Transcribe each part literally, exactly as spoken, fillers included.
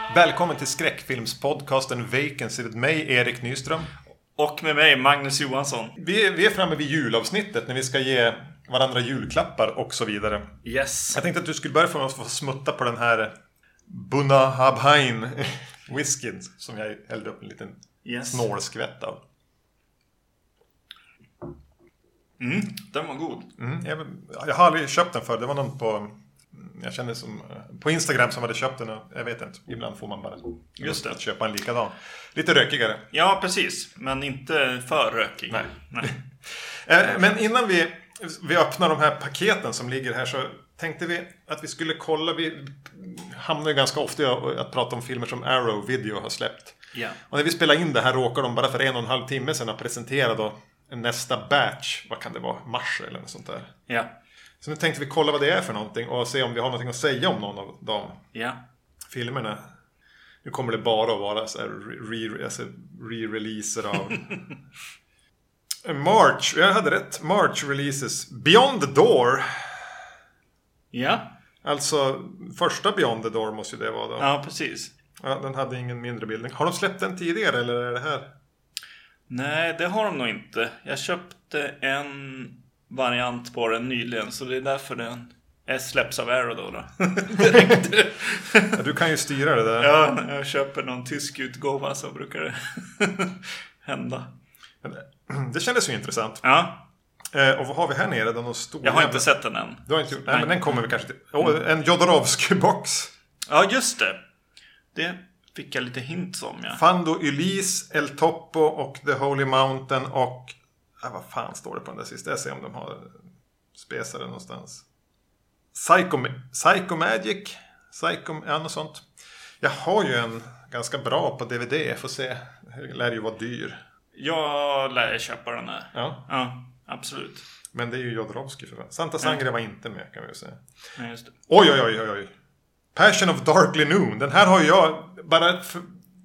Välkommen till skräckfilmspodcasten Vacancy med mig, Erik Nyström. Och med mig, Magnus Johansson. Vi är, vi är framme vid julavsnittet när vi ska ge varandra julklappar och så vidare. Yes. Jag tänkte att du skulle börja för att få smutta på den här Bunnahabhain whiskyn som jag hällde upp en liten yes. snålskvätt av. Mm, den var god. Mm, jag, jag har aldrig köpt den för. Det var någon på... Jag känner som på Instagram som hade köpt den. Jag vet inte, ibland får man bara just det. Att köpa en likadan. Lite rökigare. Ja, precis. Men inte för rökig. Nej. Nej. Men innan vi, vi öppnar de här paketen som ligger här så tänkte vi att vi skulle kolla. Vi hamnar ju ganska ofta att prata om filmer som Arrow Video har släppt. Ja. Och när vi spelar in det här råkar de bara för en och en halv timme sedan att presentera då nästa batch. Vad kan det vara? Mars eller något sånt där. Ja. Så nu tänkte vi kolla vad det är för någonting och se om vi har någonting att säga om någon av de ja. filmerna. Nu kommer det bara att vara så här re- alltså re-releaser av March, jag hade rätt. March releases Beyond the Door. Ja. Alltså första Beyond the Door måste ju det vara då. Ja, precis. Ja, den hade ingen mindre bildning. Har de släppt den tidigare eller är det här? Nej, det har de nog inte. Jag köpte en variant på den nyligen, så det är därför den är släpps av Arrow då, då. Direkt. Ja, du kan ju styra det där. Ja, när jag köper någon tysk utgåva så brukar det hända. Det kändes ju intressant. Ja. Eh, och vad har vi här nere? Den stora... Jag har inte sett den än. Du har inte gjort... Nej, Nej. Men den kommer vi kanske till. Oh, en Jodorowsky-box. Ja, just det. Det fick jag lite hints om, ja. Fando Ulysse, El Topo och The Holy Mountain och... Ah, vad fan står det på den där sista? Jag ser om de har spesare någonstans. Psycho, Psycho Magic. Psycho... Ja, något sånt. Jag har ju en ganska bra på D V D. Får se. Det lär ju vara dyr. Jag lär köpa den här. Ja. Ja, absolut. Men det är ju Jodorowsky för fan. Santa Sangre ja. Var inte med, kan vi ju säga. Nej, just det. Oj, oj, oj, oj, oj. Passion of Darkly Noon. Den här har jag bara för...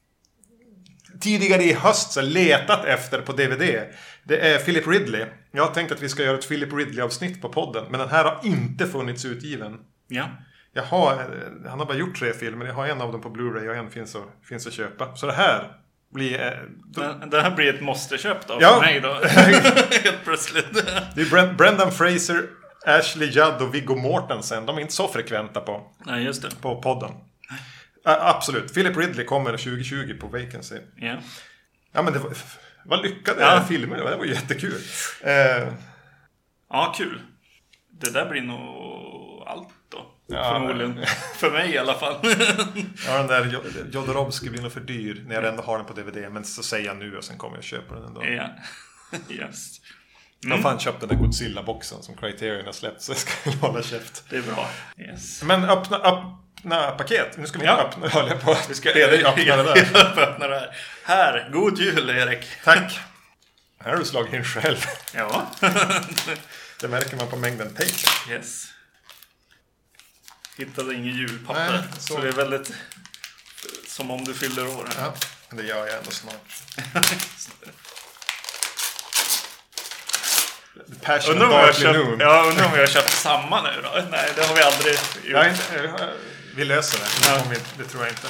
tidigare i höst så letat efter på D V D. Det är Philip Ridley. Jag har tänkt att vi ska göra ett Philip Ridley-avsnitt på podden. Men den här har inte funnits utgiven. Ja. Jag har, han har bara gjort tre filmer. Jag har en av dem på Blu-ray och en finns att, finns att köpa. Så det här blir... Eh, då... det, det här blir ett måste-köp då ja. För mig då. Helt plötsligt. Det är Brent, Brendan Fraser, Ashley Judd och Viggo Mortensen. De är inte så frekventa på, Nej, just det. på podden. Uh, absolut. Philip Ridley kommer tjugo tjugo på Vacancy. Ja. Ja, men det var... Vad lyckade ja. filmer. Det var jättekul. Uh, ja, kul. Det där blir nog allt då. Ja, förmodligen. Men... för mig i alla fall. Ja, den där Jodorowsky blir nog för dyr när jag ändå har den på D V D. Men så säger jag nu och sen kommer jag köpa den ändå. Ja, just. Mm. Jag har fan köpt den där Godzilla-boxen som Criterion har släppt. Så jag ska hålla käft. Det är bra. Yes. Men öppna, öppna paket. Nu ska vi ja. öppna. Höll jag på. Vi ska redan öppna det där. öppna det här. Här, god jul Erik. Tack. Här har du slagit in själv. Ja. Det märker man på mängden tape. Yes. Hittade ingen julpapper. Nej, så. så det är väldigt som om du fyller år. Ja, det gör jag ändå snart. Passion undrar om, jag köpt, ja, undrar om jag har köpt samma nu då. Nej, det har vi aldrig gjort. Nej, vi löser det. Ja. Det tror jag inte.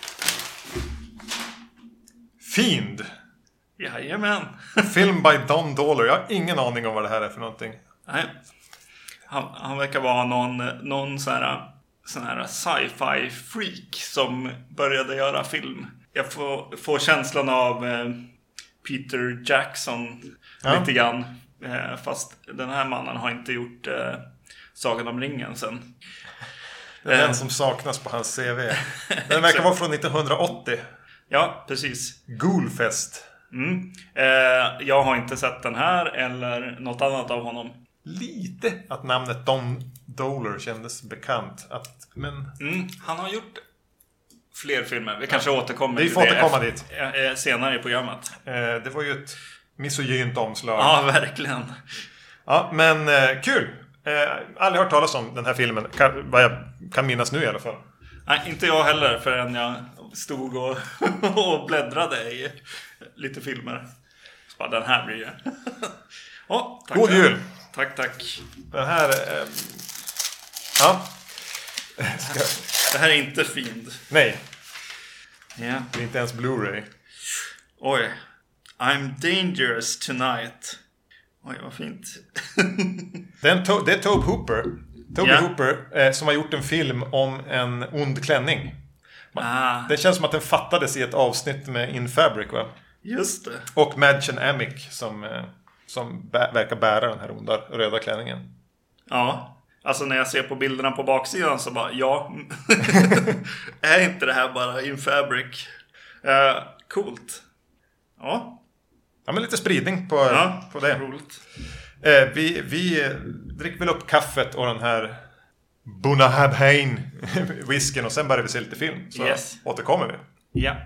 Fiend. Jajamän. Film by Don Dollar. Jag har ingen aning om vad det här är för någonting. Nej. Han, han verkar vara någon, någon sån här, sån här sci-fi freak som började göra film. Jag får, får känslan av eh, Peter Jackson ja. Lite grann. Eh, fast den här mannen har inte gjort eh, Sagan om ringen sen. Det är eh. den som saknas på hans C V. Den verkar vara från nittonhundraåttio. Ja, precis. Ghoulfest. Mm. Eh, jag har inte sett den här eller något annat av honom. Lite att namnet Don Dollar kändes bekant. Att, men... Mm, han har gjort fler filmer. Vi kanske ja. återkommer Vi till får det återkomma efter, dit. senare i programmet. Eh, det var ju ett misogynt omslag. Ja, verkligen. Ja, men eh, kul. Eh, aldrig hört talas om den här filmen. Kan, vad jag kan minnas nu i alla fall. Nej, inte jag heller förrän jag stod och, och bläddrade i lite filmer. Så bara, den här blir det. Oh, tack. God jul! Tack, tack. Den här... Eh, ja. Ska... Det här är inte Fiend. Nej. Ja. Det är inte ens Blu-ray. Oj. I'm dangerous tonight. Oj, vad fint. det, är to- det är Tobe Hooper. Tobe Ja. Hooper eh, som har gjort en film om en ond klänning. Ah, Det känns som att den fattades i ett avsnitt med In Fabric, va? just det. Och Madgen Amick som, eh, som bä- verkar bära den här onda röda klänningen. Ja, alltså när jag ser på bilderna på baksidan så bara, ja. Är inte det här bara In Fabric? Uh, coolt. Ja. Ja, men lite spridning på, Ja, på det. roligt. Eh, vi, vi eh, dricker väl upp kaffet och den här Bunnahabhain whisken och sen börjar vi se lite film. Så Yes. återkommer vi. Ja.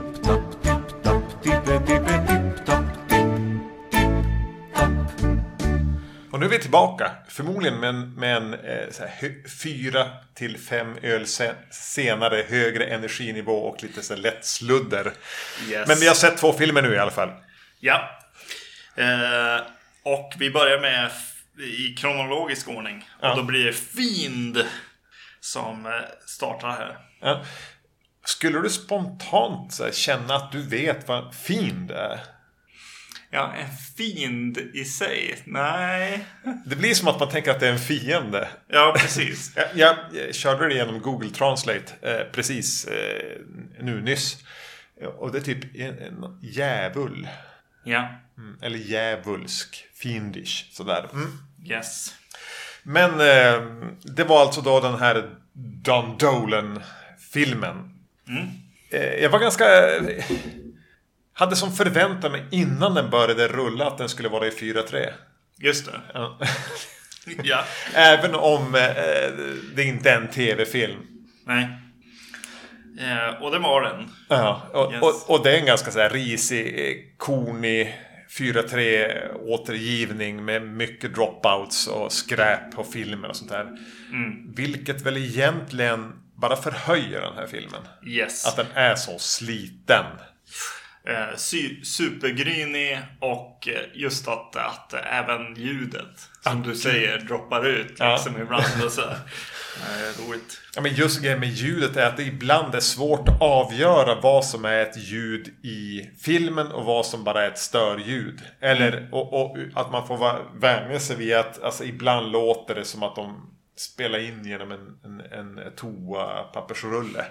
Och nu är vi tillbaka. Förmodligen med en, med en eh, så här, hö- fyra till fem öl se- senare, högre energinivå och lite så här lätt sludder. Yes. Men vi har sett två filmer nu i alla fall. Ja. Eh, och vi börjar med f- i kronologisk ordning. Ja. Och då blir det Fiend som eh, startar här. Ja. Skulle du spontant så här, känna att du vet vad Fiend är? Ja, en fiend i sig? Nej. Det blir som att man tänker att det är en fiende. Ja, precis. Jag, jag, jag körde det genom Google Translate eh, precis eh, nu nyss. Och det är typ en, en djävul. Ja. Mm, eller djävulsk. Fiendish. Sådär. Mm. Yes. Men eh, det var alltså då den här Don Dolan-filmen. Mm. Eh, jag var ganska... Eh, hade som förväntat mig innan den började rulla att den skulle vara i fyra tre. Just det. Ja. Ja. Även om eh, det inte är en tv-film. Nej. Eh, och det var den. Ja, och, Yes. och, och det är en ganska så här risig, eh, kornig fyra tre återgivning med mycket dropouts och skräp på filmen och sånt där. Mm. Vilket väl egentligen bara förhöjer den här filmen. Yes. Att den är så sliten. Eh, sy- supergrynig och eh, just att, att även ljudet som du säger droppar ut liksom Ja. ibland och så. Eh, roligt. Ja, men just det med ljudet är att det ibland är svårt att avgöra vad som är ett ljud i filmen och vad som bara är ett störljud. Eller Mm. och, och att man får vara- vänja sig vid att alltså, ibland låter det som att de spelar in genom en, en, en toa-pappersrulle.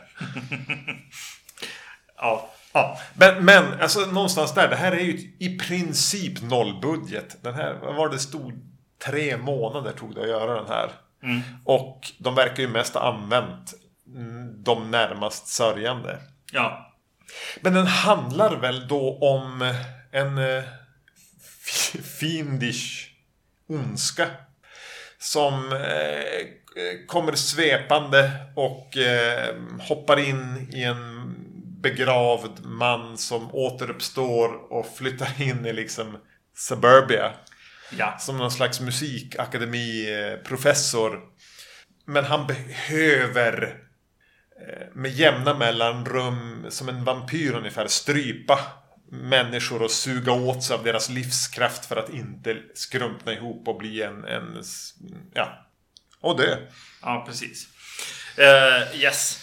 Ja. Ja, men, men alltså någonstans där, det här är ju i princip nollbudget. Den här, vad var det stod? Tre månader tog det att göra den här. Mm. Och de verkar ju mest ha använt mm, de närmast sörjande. Ja. Men den handlar väl då om en eh, f- fiendish ondska. Som eh, kommer svepande och eh, hoppar in i en begravd man som återuppstår och flyttar in i liksom suburbia. Ja. Som någon slags musikakademiprofessor. Men han behöver eh, med jämna mellanrum som en vampyr ungefär strypa människor och suga åt sig av deras livskraft för att inte skrumpna ihop och bli en, en ja, och dö. Ja, precis. Uh, yes.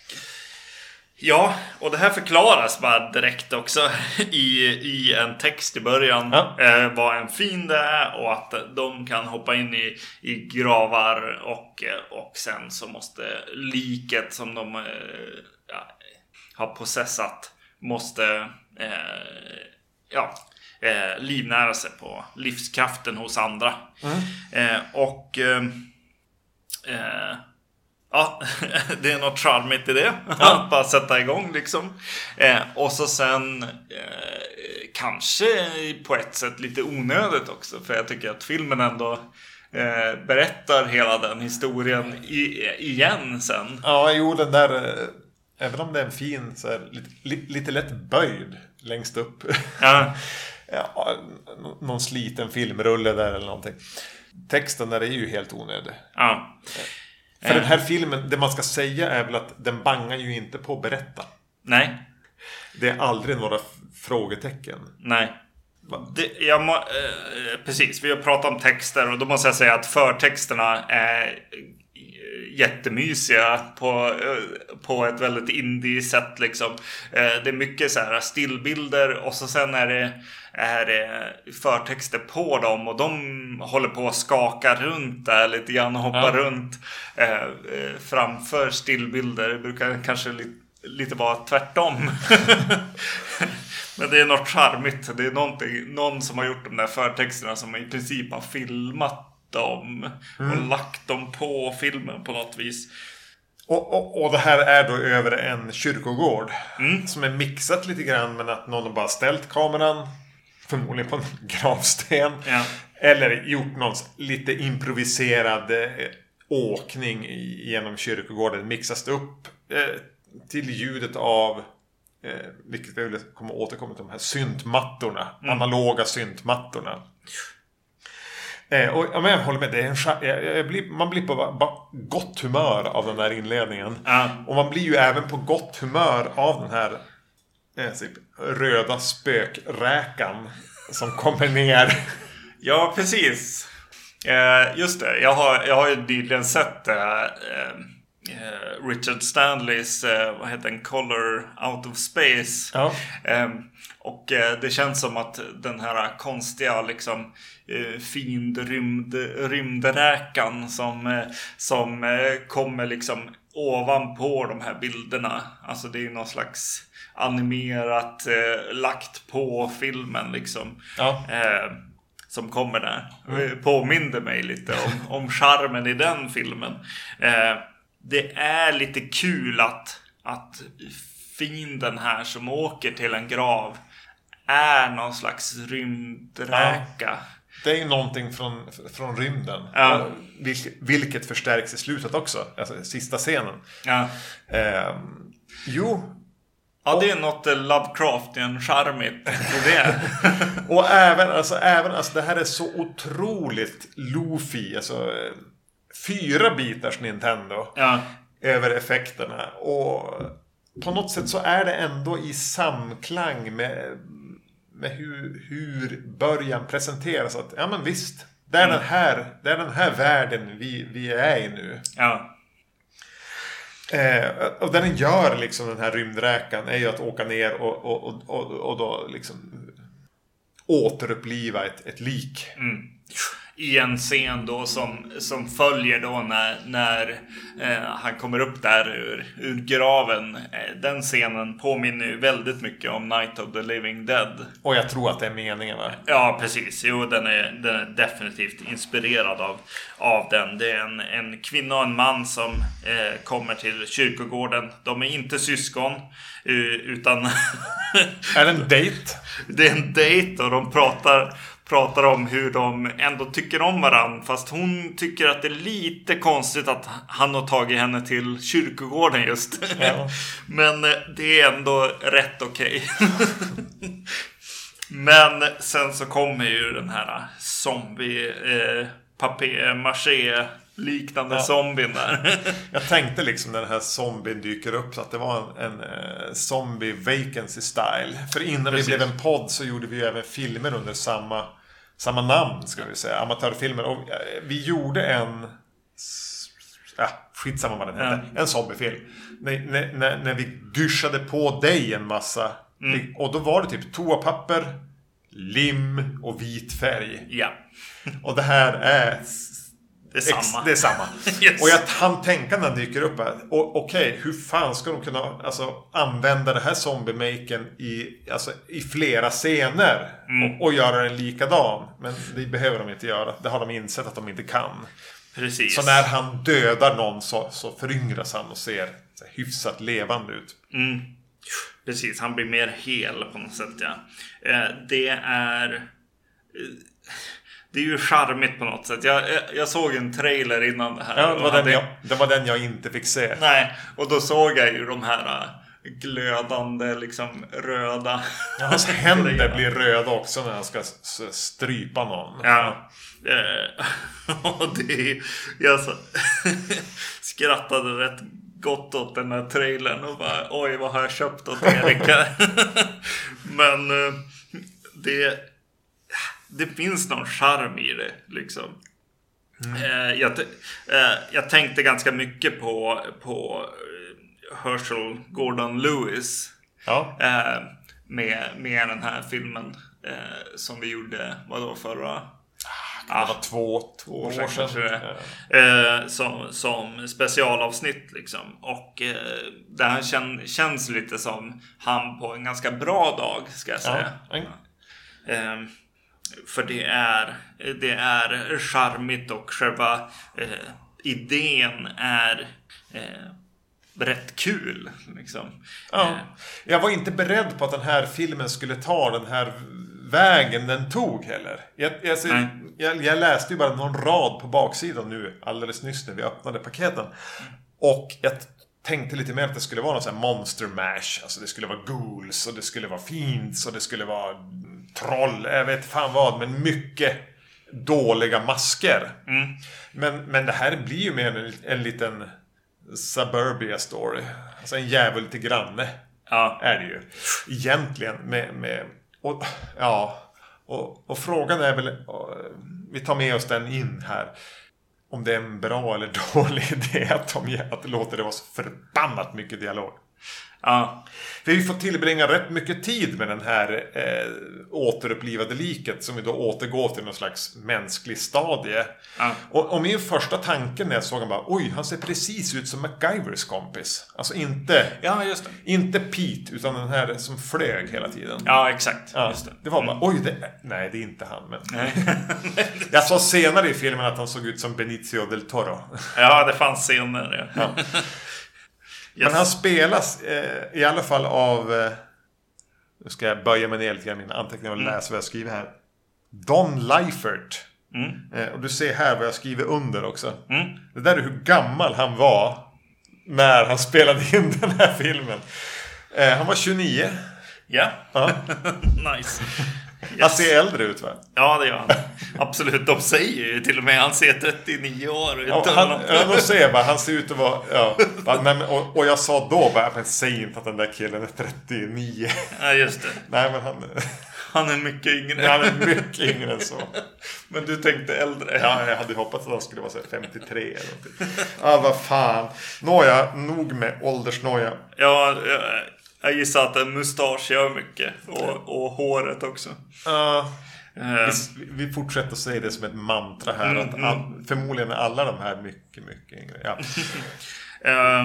Ja, och det här förklaras bara direkt också i, i en text i början. Ja. eh, vad en fiende är och att de kan hoppa in i, i gravar och, och sen så måste liket som de eh, ja, har possessat måste eh, ja, eh, livnära sig på livskraften hos andra. Mm. Eh, och eh, eh, ja, det är något charmigt i det. Ja. Att bara sätta igång liksom. Eh, och så sen eh, kanske på ett sätt lite onödigt också. För jag tycker att filmen ändå eh, berättar hela den historien i, igen sen. Ja, jo, den där, eh, även om det är en fin så är lite, li, lite lätt böjd längst upp. Ja. Ja, n- någon sliten filmrulle där eller någonting. Texten där är ju helt onödig. Ja. För den här filmen, det man ska säga är väl att den bangar ju inte på att berätta. Nej. Det är aldrig några f- frågetecken. Nej. Det, jag må, eh, precis, vi har pratat om texter och då måste jag säga att förtexterna är jättemysiga på, på ett väldigt indie sätt liksom. Det är mycket så här stillbilder och så sen är det, är det förtexter på dem och de håller på att skaka runt där lite grann och hoppa ja. runt eh, framför stillbilder. Det brukar kanske lite, lite vara tvärtom. Men det är något charmigt. Det är någon som har gjort de där förtexterna som i princip har filmat dem mm. och lagt dem på filmen på något vis. Och, och, och det här är då över en kyrkogård mm. som är mixat lite grann, men att någon har bara ställt kameran förmodligen på en gravsten ja. eller gjort någon lite improviserad eh, åkning genom kyrkogården, mixas upp eh, till ljudet av eh, vilket vi kommer återkomma till, de här syntmattorna, mm. analoga syntmattorna. Eh, och ja, men jag håller med, det är en, jag, jag blir, man blir på ba, gott humör av den här inledningen. Mm. Och man blir ju även på gott humör av den här eh, typ, röda spökräkan som kommer ner. Ja, precis. Eh, just det, jag har, jag har ju nyligen sett eh, eh, Richard Stanleys eh, vad heter den? Color Out of Space. Ja. Eh, och eh, det känns som att den här konstiga liksom eh, fin rymd, rymdräkan som, eh, som eh, kommer liksom ovanpå de här bilderna. Alltså det är någon slags animerat eh, lagt på filmen liksom. Ja. Eh, som kommer där. Mm. Påminner mig lite om, om charmen i den filmen. Eh, det är lite kul att, att fienden här som åker till en grav är någon slags rymdräka. Ja. Det är ju någonting från, från rymden. Ja. Vilket, vilket förstärks i slutet också. Alltså sista scenen. Ja. Eh, jo. Ja, det är något Lovecraftian charmigt i det. Och även, alltså, även, alltså det här är så otroligt Luffy, alltså fyra bitars Nintendo ja. över effekterna. Och på något sätt så är det ändå i samklang med, med hur, hur början presenteras. Att, ja men visst, det är, mm. den, här, det är den här världen vi, vi är i nu. Ja. Eh, och det den gör liksom den här rymdräkan är ju att åka ner och, och, och, och, och då liksom återuppliva ett, ett lik. Mm. I en scen då som, som följer då när, när eh, han kommer upp där ur, ur graven. Eh, den scenen påminner ju väldigt mycket om Night of the Living Dead. Och jag tror att det är meningen, va? Ja, precis. Jo, den är, den är definitivt inspirerad av, av den. Det är en, en kvinna och en man som eh, kommer till kyrkogården. De är inte syskon, utan... är det en dejt? Det är en dejt och de pratar... pratar om hur de ändå tycker om varann. Fast hon tycker att det är lite konstigt att han har tagit henne till kyrkogården just. Ja. Men det är ändå rätt okej. Okay. Men sen så kommer ju den här zombie eh, papier-maché liknande ja. zombien där. Jag tänkte liksom när den här zombien dyker upp så att det var en, en uh, zombie vacancy style. För innan Precis. vi blev en podd så gjorde vi ju även filmer under samma, samma namn, ska vi säga. Amatörfilmer. Och uh, vi gjorde en ja, skitsamma vad den heter. Mm. En zombiefilm. När, när, när vi duschade på dig en massa. Mm. Och då var det typ toapapper, lim och vit färg. Ja. Och det här är... Det är samma. Ex, det är samma. Yes. Och jag hann tänka när den dyker upp här. Okej, okay, hur fan ska de kunna alltså, använda det här zombie-maken i, alltså, i flera scener mm. och, och göra den likadan? Men det behöver de inte göra. Det har de insett att de inte kan. Precis. Så när han dödar någon så, så föryngras han och ser så här, hyfsat levande ut. Mm. Precis, han blir mer hel på något sätt. Ja. Eh, det är... Eh, Det är ju charmigt på något sätt. Jag, jag, jag såg en trailer innan det här. Ja, det var, den jag, det var den jag inte fick se. Nej, och då såg jag ju de här glödande, liksom röda. Ja, hans händer blir röda också när han ska strypa någon. Ja, och det jag så, skrattade rätt gott åt den här trailern och bara, oj, vad har jag köpt åt Erika? Men det... Det finns någon charm i det liksom. Mm. Eh, jag, eh, jag tänkte ganska mycket på, på Herschel Gordon Lewis. Ja. Eh, med, med den här filmen eh, som vi gjorde, vadå, förra? Det var två, två år sedan. sedan ja. eh, som, som specialavsnitt liksom. Och eh, det här kän, känns lite som han på en ganska bra dag, ska jag säga. Ja. Eh, för det är det är charmigt och själva eh, idén är eh, rätt kul liksom. Ja. Eh, Jag var inte beredd på att den här filmen skulle ta den här vägen den tog heller. Jag, jag, jag, jag läste ju bara någon rad på baksidan nu alldeles nyss när vi öppnade paketen. Och jag tänkte lite mer att det skulle vara någon sån här monster mash. Alltså det skulle vara ghouls och det skulle vara fiends och det skulle vara troll. Jag vet fan vad, men mycket dåliga masker. Mm. Men, men det här blir ju mer en, en liten suburbia story. Alltså en djävul till granne. Ja. Är det ju. Egentligen med... med och, ja. Och, och frågan är väl... Och, vi tar med oss den in här. Om det är en bra eller dålig idé att de att låter det vara så förbannat mycket dialog. Ja. För vi får tillbringa rätt mycket tid med den här eh, återupplivade liket som vi då återgår till någon slags mänsklig stadie. Ja. Och, och min första tanke när jag såg han bara, oj, han ser precis ut som MacGyvers kompis. Alltså inte, Ja, just det. inte Pete, utan den här som flög hela tiden. Ja, exakt. Ja, Just det. det var bara, oj, det, nej, det är inte han. Men... Nej. jag sa senare i filmen att han såg ut som Benicio del Toro. Ja, det fanns scener. Ja. Ja. Yes. Men han spelas eh, i alla fall av... Eh, nu ska jag böja mig ner lite grann mina anteckningar och Mm. läsa vad jag skriver här. Don Leifert. Mm. Eh, och du ser här vad jag skriver under också. Mm. Det där är hur gammal han var när han spelade in den här filmen. Eh, han var tjugonio. Ja. Ja. Nice. Yes. Han ser äldre ut, va? Ja, det gör han. Absolut. De säger ju till och med han ser trettionio år ut. Ja, han, ja, de säger bara, han ser ut att vara... Ja, bara, nej, men, och, och jag sa då bara, men säg inte att den där killen är trettionio. Ja, just det. Nej, men han... Han är mycket yngre. Han är mycket yngre än så. Men du tänkte äldre. Ja, jag hade hoppats att han skulle vara så här femtiotre eller någonting. Ja, vad fan. Nåja, nog med åldersnoja. Ja, jag, jag gissar att en mustasch gör mycket. Och, och håret också. Uh, Uh, vi, vi fortsätter att säga det som ett mantra här. Mm, att mm. all, förmodligen är alla de här mycket, mycket yngre. Ja. uh,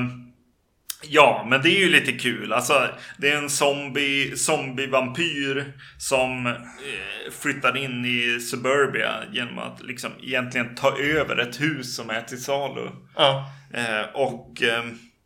ja, men det är ju lite kul. Alltså, det är en zombie, zombie-vampyr som eh, flyttar in i Suburbia genom att liksom egentligen ta över ett hus som är till salu. Ja. Eh, och eh,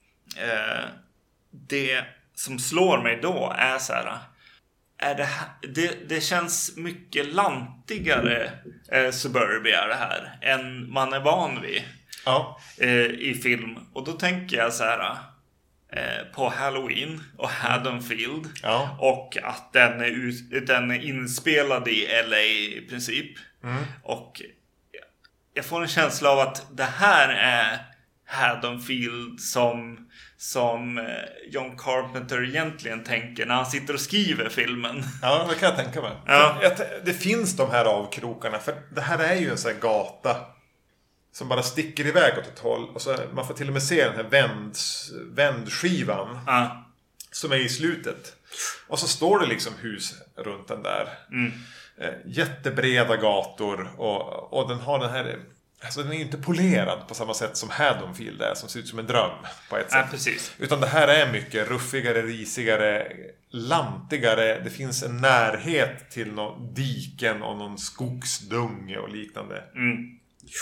eh, det som slår mig då är så här. Är det, det, det känns mycket lantigare eh, Suburbia det här än man är van vid Ja. eh, i film. Och då tänker jag så här eh, på Halloween och Haddonfield. Ja. Och att den är, ut, den är inspelad i L A i princip. Mm. Och jag får en känsla av att det här är Haddonfield som, som John Carpenter egentligen tänker när han sitter och skriver filmen. Ja, det kan jag tänka mig. Ja. För jag, det finns de här avkrokarna. För det här är ju en sån här gata som bara sticker iväg åt ett håll. Och så, man får till och med se den här vänd, vändskivan Ja. som är i slutet. Och så står det liksom hus runt den där. Mm. Eh, jättebreda gator. Och, och den har den här... Alltså den är ju inte polerad på samma sätt som Haddonfield är, som ser ut som en dröm på ett sätt. Ja, precis. Utan det här är mycket ruffigare, risigare, lantigare. Det finns en närhet till någon diken och någon skogsdunge och liknande. Mm.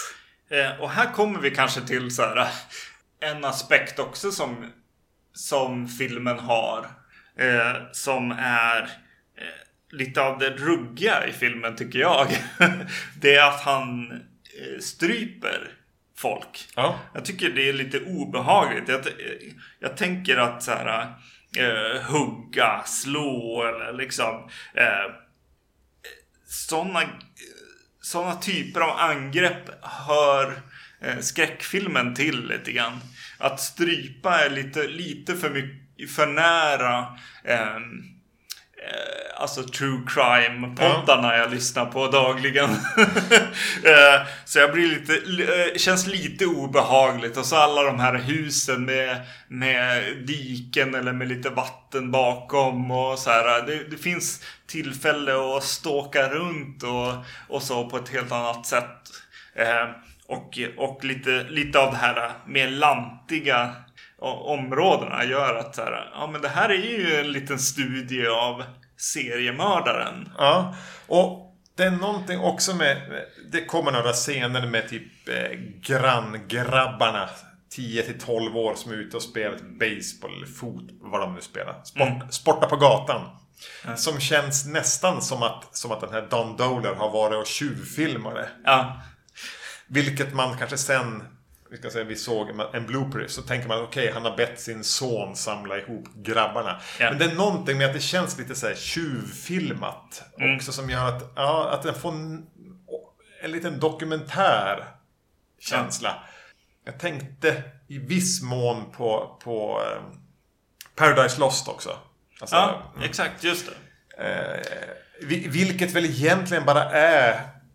Eh, och här kommer vi kanske till så här, en aspekt också som, som filmen har. Eh, som är eh, lite av det ruggiga i filmen, tycker jag. Det är att han eh, stryper folk. Ja. Jag tycker det är lite obehagligt. Jag, jag tänker att så här, eh, hugga, slå eller liksom eh, sådana sådana typer av angrepp hör eh, skräckfilmen till lite grann. Att strypa är lite, lite för mycket, för nära eh, alltså true crime-poddarna jag lyssnar på dagligen. eh, så jag blir lite, eh, känns lite obehagligt. Och så alla de här husen med, med diken eller med lite vatten bakom och så här. Det, det finns tillfälle att ståka runt och, och så på ett helt annat sätt. Eh, och och lite, lite av det här mer lantiga områdena gör att så här, ja, men det här är ju en liten studie av seriemördaren. Ja, och det är någonting också med, det kommer några scener med typ eh, granngrabbarna tio till tolv år som är ute och spelar baseball, fot, vad de nu spelar. Sport, mm. Sporta på gatan. Mm. Som känns nästan som att, som att den här Don Doler har varit och tjuvfilmade. Ja. Vilket man kanske sen, vi ska säga, vi såg en blooper, så tänker man okej, okay, han har bett sin son samla ihop grabbarna. Ja. Men det är någonting med att det känns lite så här tjuvfilmat mm. också, som gör att, ja, att den får en, en liten dokumentär känsla. Ja. Jag tänkte i viss mån på, på um, Paradise Lost också. Alltså, ja, exakt, just det. Eh, vilket väl egentligen bara är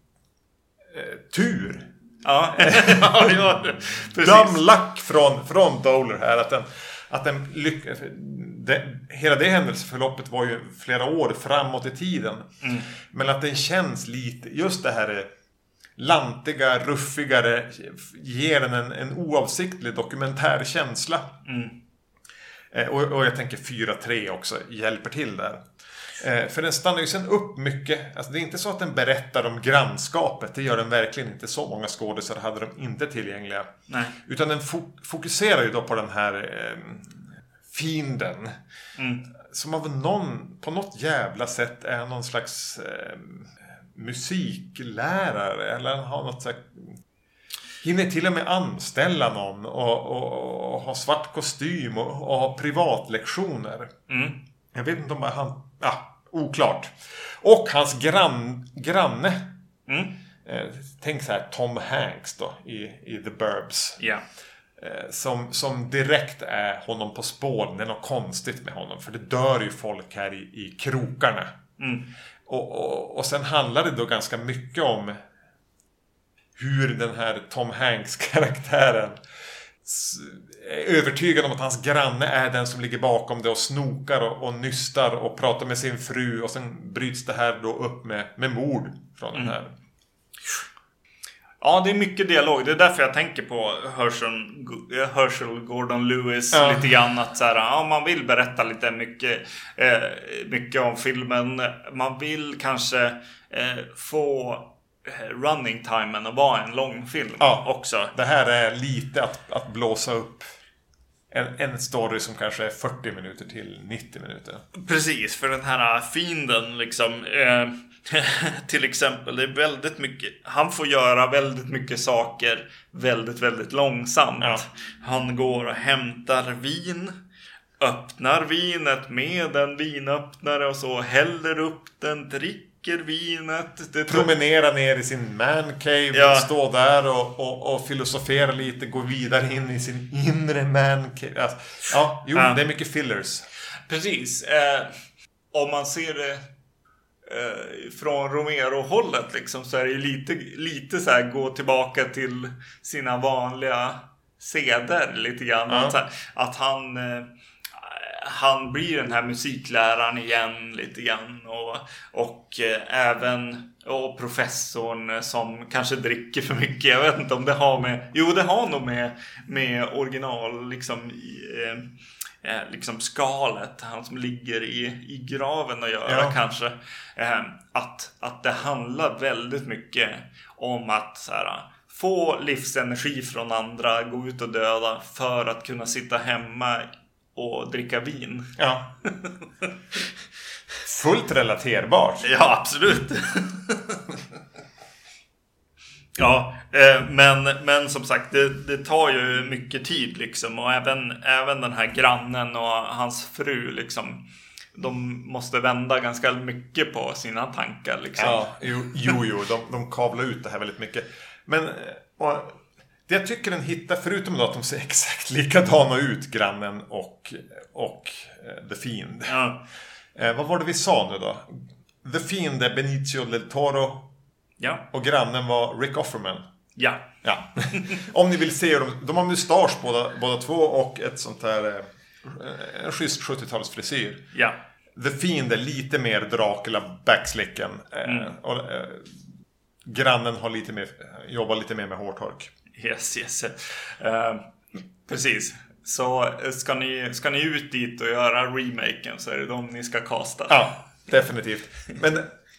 eh, tur. Ja, ja, ja, dumb luck från, från Doler här. Att den, att den lyckas. Det, hela det händelseförloppet var ju flera år framåt i tiden. Mm. Men att den känns lite, just det här lantiga, ruffigare, ger den en, en oavsiktlig dokumentär känsla. Mm. Eh, och, och jag tänker fyra tre också hjälper till där. Eh, för den stannar ju sen upp mycket. Alltså det är inte så att den berättar om grannskapet. Det gör den verkligen inte. Så många skådespelare hade de inte tillgängliga. Nej. Utan den fo- fokuserar ju då på den här eh, fienden. Mm. Som av någon, på något jävla sätt är någon slags eh, musiklärare. Eller har något så här, hinner till och med anställa någon. Och, och, och ha svart kostym. Och, och ha privatlektioner. Mm. Jag vet inte om han... Ja, oklart. Och hans grann, granne. Mm. Eh, tänk så här, Tom Hanks då. I, i The Burbs. Yeah. Eh, som, som direkt är honom på spår. Det är något konstigt med honom. För det dör ju folk här i, i krokarna. Mm. Och, och, och sen handlar det då ganska mycket om hur den här Tom Hanks-karaktären är övertygad om att hans granne är den som ligger bakom det och snokar och, och nystar och pratar med sin fru, och sen bryts det här då upp med, med mord från mm. den här. Ja, det är mycket dialog. Det är därför jag tänker på Herschel, Herschel Gordon Lewis ja. lite grann, att så här, ja, man vill berätta lite mycket, eh, mycket om filmen. Man vill kanske eh, få running timen och vara en lång film ja, också. Det här är lite att, att blåsa upp en, en story som kanske är fyrtio minuter till nittio minuter. Precis, för den här fienden liksom eh, till exempel, det är väldigt mycket, han får göra väldigt mycket saker väldigt, väldigt långsamt. Ja. Han går och hämtar vin, öppnar vinet med en vinöppnare och så häller upp den, dricker vinet, det promenerar ner i sin mancave, ja. Står där och, och, och filosoferar lite, går vidare in i sin inre mancave. Alltså, ja, jo, ja. Det är mycket fillers. Precis. Eh, om man ser det eh, från Romero-hållet liksom, så är det ju lite, lite så här, gå tillbaka till sina vanliga seder lite grann. Ja. Att, att han... Eh, han blir den här musikläraren igen lite grann, och, och eh, även och professorn som kanske dricker för mycket. Jag vet inte om det har med, jo det har nog med, med original liksom, eh, liksom skalet, han som ligger i, i graven att göra ja. kanske. Eh, att, att det handlar väldigt mycket om att så här, få livsenergi från andra, gå ut och döda för att kunna sitta hemma och dricka vin. Ja. Fullt relaterbart. Ja, absolut. Ja, eh, men, men som sagt, det, det tar ju mycket tid liksom. Och även, även den här grannen och hans fru liksom, de måste vända ganska mycket på sina tankar liksom. Ja, jo, jo, jo de, de kavlar ut det här väldigt mycket. Men... Och, det jag tycker den hittar, förutom då att de ser exakt likadana ut, grannen och, och uh, The Fiend. Ja. Eh, vad var det vi sa nu då? The Fiend är Benicio del Toro. Ja. Och grannen var Rick Offerman. Ja. Ja. Om ni vill se dem. De har mustasch båda, båda två och ett sånt här eh, en schysst sjuttiotalsfrisyr. Ja. The Fiend är lite mer Dracula backslicken. Eh, Mm. och, eh, grannen har lite mer, jobbar lite mer med hårtork. Yes, yes. Uh, precis. Så ska ni, ska ni ut dit och göra remaken så är det de ni ska kasta. Ja, definitivt. Men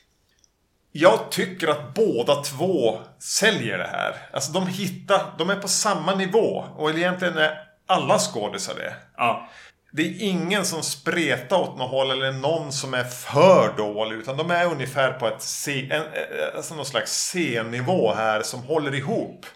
jag tycker att båda två säljer det här. Alltså de hittar, de är på samma nivå. Och egentligen är alla skådisar det. Ja. Det är ingen som spretar åt något håll eller någon som är för dålig. Utan de är ungefär på ett C, en, alltså någon slags C-nivå här som håller ihop.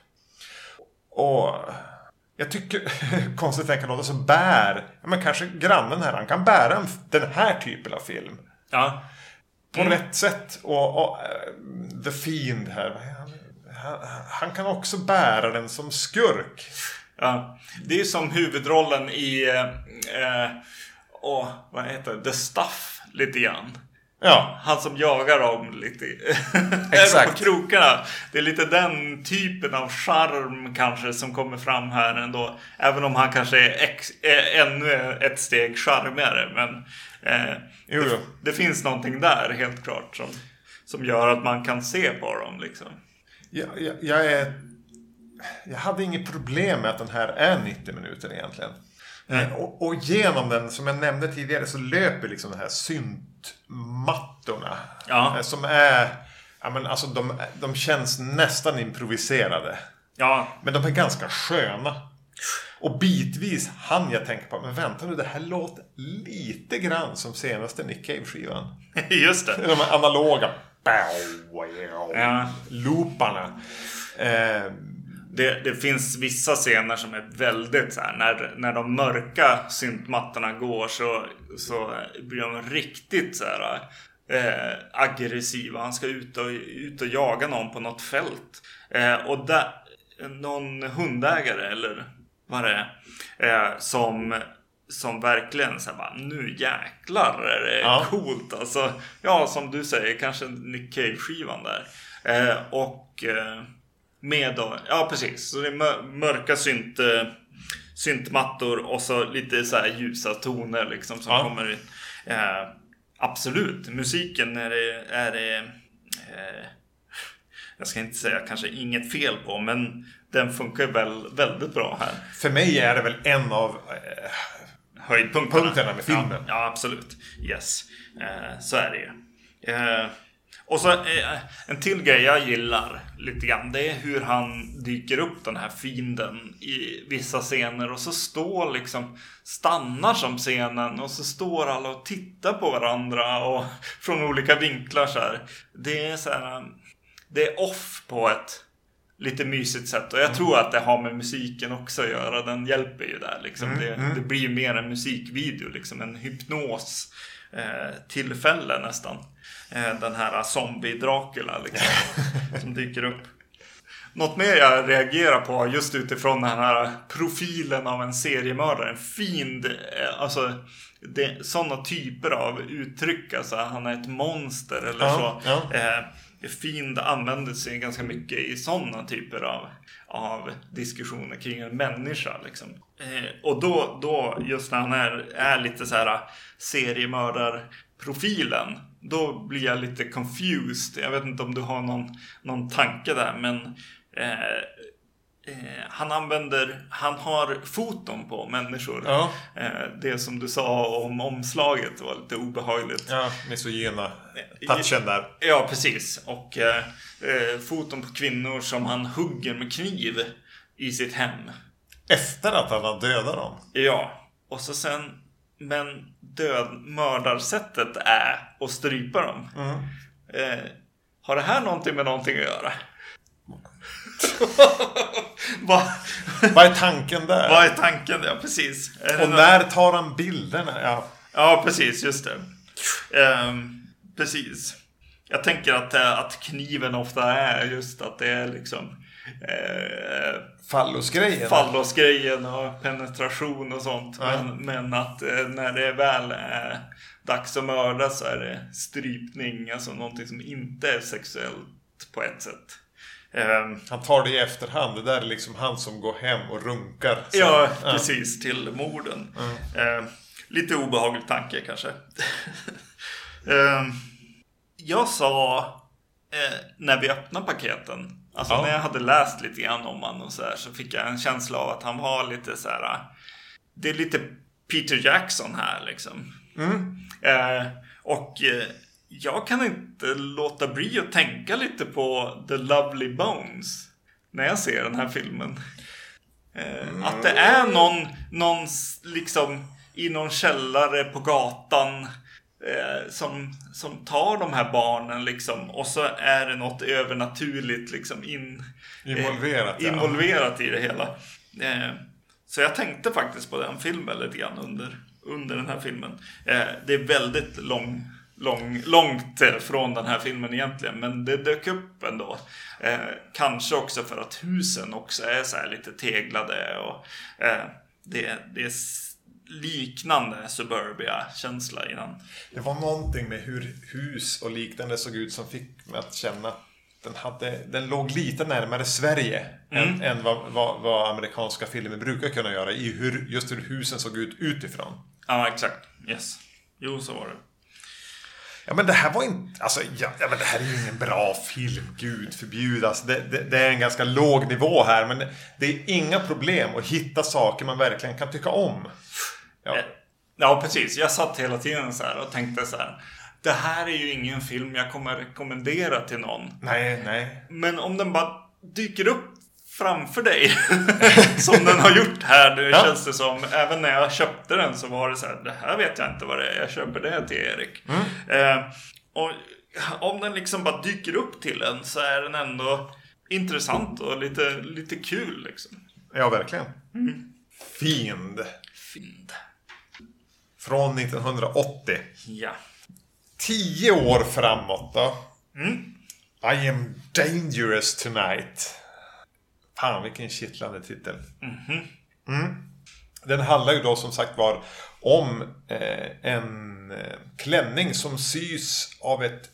Och jag tycker, konstigt tänka något, så bär, men kanske grannen här, han kan bära en, den här typen av film. Ja. På mm. rätt sätt. Och, och uh, The Fiend här, han, han, han kan också bära den som skurk. Ja, det är som huvudrollen i eh, åh, vad heter det? The Stuff lite grann. Ja. Han som jagar dem lite Exakt. på krokarna. Det är lite den typen av charm kanske som kommer fram här ändå. Även om han kanske är, ex, är ännu ett steg charmigare. Men eh, jo, jo. Det, det finns någonting där helt klart som, som gör att man kan se på dem liksom. Jag, jag, jag är... Jag hade inget problem med att den här är nittio minuter egentligen. Mm. Och, och genom den, som jag nämnde tidigare, så löper liksom de här syntmattorna. Ja. Som är, ja men alltså de, de känns nästan improviserade. Ja. Men de är ganska sköna. Och bitvis han jag tänker på, men vänta nu, det här låter lite grann som senaste Nick Cave-skivan. Just det. De här analoga ja. looparna. Eh, Det, det finns vissa scener som är väldigt så här, när, när de mörka syntmattorna går så, så blir de riktigt så här, eh, aggressiva. Han ska ut och, ut och jaga någon på något fält. Eh, och där, någon hundägare eller vad det är, eh, som, som verkligen så här, bara, nu jäklar är det ja. coolt. Alltså, ja, som du säger, kanske Nick Cave-skivan där. Eh, och... Eh, Med då, ja precis, så det är mörka synt, syntmattor och så lite så här ljusa toner liksom som ja. kommer in. Eh, absolut, musiken är det, är det eh, jag ska inte säga kanske inget fel på, men den funkar väl väldigt bra här. För mig är det väl en av eh, höjdpunkterna med filmen. Ja, ja absolut, yes, eh, så är det ju. Eh, Och så eh, en till grej jag gillar lite grann, det är hur han dyker upp den här fienden i vissa scener och så står liksom, stannar som scenen och så står alla och tittar på varandra och från olika vinklar så här. Det är så här, det är off på ett lite mysigt sätt och jag tror att det har med musiken också att göra, den hjälper ju där liksom. Mm, det, mm. det blir ju mer en musikvideo liksom, en hypnos eh, tillfälle nästan. Den här zombie-Dracula liksom, som dyker upp. Något mer jag reagerar på just utifrån den här profilen av en seriemördare, en fiend, alltså det, sådana typer av uttryck, alltså han är ett monster eller ja, så. Ja. Eh, fiend använder sig ganska mycket i sådana typer av, av diskussioner kring en människa liksom. Eh, och då, då just när han är, är lite så här seriemördarprofilen, då blir jag lite confused. Jag vet inte om du har någon, någon tanke där, men eh, eh, han använder, han har foton på människor. Ja. Eh, det som du sa om omslaget var lite obehagligt. Ja, misogyna touchen där. Ja, precis. Och eh, foton på kvinnor som han hugger med kniv i sitt hem. Efter att han har dödat dem? Ja, och så sen, men död mördarsättet är att strypa dem. Mm. Eh, har det här någonting med någonting att göra? Vad Vad är tanken där? Vad är tanken där? Precis. Är och när tar han bilderna? Ja, ja precis, just det. Eh, precis. Jag tänker att, att kniven ofta är just att det är liksom eh, Fallosgrejen. Fallosgrejen och penetration och sånt. Ja. Men, men att eh, när det väl är dags att mörda så är det strypning. Alltså någonting som inte är sexuellt på ett sätt. Um, han tar det i efterhand. Det där är liksom han som går hem och runkar sen. Ja, ja, precis, till morden. Mm. uh, Lite obehaglig tanke kanske. uh, Jag sa uh, när vi öppnade paketen, alltså ja. när jag hade läst lite grann om han och så här, så fick jag en känsla av att han var lite så här. Uh, det är lite Peter Jackson här liksom. Mm. uh, Och uh, jag kan inte låta bli att tänka lite på The Lovely Bones när jag ser den här filmen. Eh, mm. Att det är någon, någon liksom i någon källare på gatan eh, som, som tar de här barnen liksom, och så är det något övernaturligt liksom in, involverat, eh, involverat i det hela. Eh, så jag tänkte faktiskt på den filmen lite grann under, under den här filmen. Eh, det är väldigt lång Lång, långt från den här filmen egentligen, men det dök upp ändå. Eh, kanske också för att husen också är så här lite teglade och eh, det, det är liknande suburbia-känsla innan. Det var någonting med hur hus och liknande såg ut som fick mig att känna att den, hade, den låg lite närmare Sverige mm. än, än vad, vad, vad amerikanska filmer brukar kunna göra i hur, just hur husen såg ut utifrån. Ja, exakt. Yes. Jo, så var det. Ja, men det här var inte... Alltså, ja, ja, men det här är ju ingen bra film. Gud förbjudas. Alltså, det, det, det är en ganska låg nivå här. Men det är inga problem att hitta saker man verkligen kan tycka om. Ja, ja precis. Jag satt hela tiden så här och tänkte så här. Det här är ju ingen film jag kommer rekommendera till någon. Nej, nej. Men om den bara dyker upp framför dig som den har gjort här, det ja. Känns det som. Även när jag köpte den så var det så här, det här vet jag inte vad det är, jag köper det till Erik. Mm. eh, och om den liksom bara dyker upp till en så är den ändå intressant och lite, lite kul liksom. Ja, verkligen. Mm. Fiend. Fiend. Från nittonhundraåttio. Ja. Tio år framåt då. Mm. I am dangerous tonight. Fan, vilken kittlande titel. Mm-hmm. Mm. Den handlar ju då som sagt var om eh, en eh, klänning som sys av ett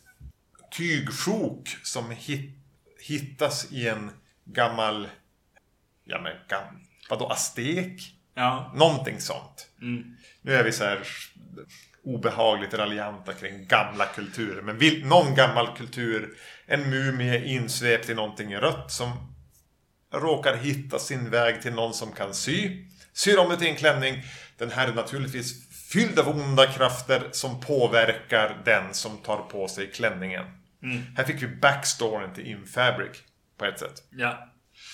tygsjok som hit, hittas i en gammal, ja men gam, vadå, aztek? Ja. Någonting sånt. Mm. Nu är vi så här obehagligt raljanta kring gamla kulturer. Men vill, någon gammal kultur, en mumie insvept i någonting i rött som råkar hitta sin väg till någon som kan sy. Syr om det till en klänning. Den här är naturligtvis fylld av onda krafter som påverkar den som tar på sig klänningen. Mm. Här fick vi backstoryn till Infabric på ett sätt. Ja.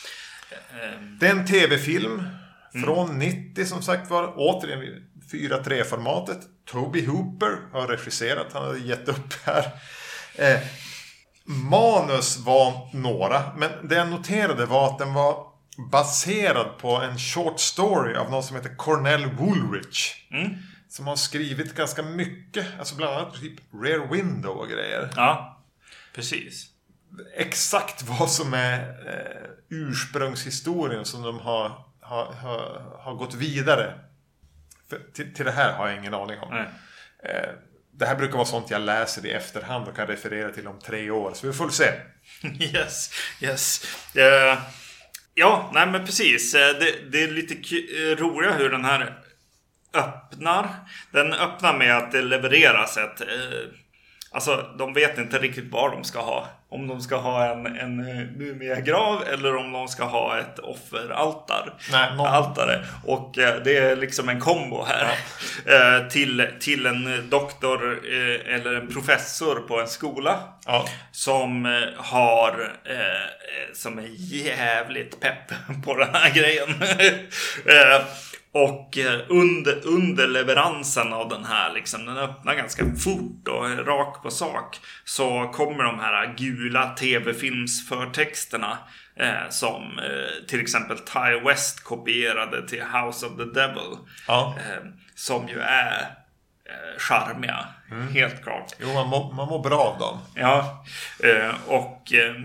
Um. Det är en tv-film från mm. nittio som sagt var. Återigen fyra tre-formatet. Toby Hooper har regisserat. Han har gett upp här. Eh, manus var några. Men det jag noterade var att den var baserad på en short story av någon som heter Cornell Woolrich. Mm. Som har skrivit ganska mycket. Alltså bland annat typ Rear Window och grejer. Ja, precis. Exakt vad som är eh, ursprungshistorien som de har, har, har, har gått vidare. För, till, till det här har jag ingen aning om. Nej. Eh, det här brukar vara sånt jag läser i efterhand och kan referera till om tre år. Så vi får se. Yes, yes. Uh, ja, nej men precis. Det, det är lite k- roliga hur den här öppnar. Den öppnar med att det levereras ett... Uh, Alltså, de vet inte riktigt vad de ska ha. Om de ska ha en, en mumiegrav eller om de ska ha ett offeraltar. Nej, någon... Altare. Och eh, det är liksom en kombo här. Ja. Eh, till, till en doktor eh, eller en professor på en skola. Ja. Som eh, har... Eh, som är jävligt pepp på den här grejen. eh, Och under, under leveransen av den här liksom, den öppnar ganska fort och är rak på sak, så kommer de här gula tv-filmsförtexterna eh, som eh, till exempel Ty West kopierade till House of the Devil. Ja. eh, som ju är eh, charmiga, mm. helt klart. Jo, man mår, man mår bra av dem. Ja, eh, och eh,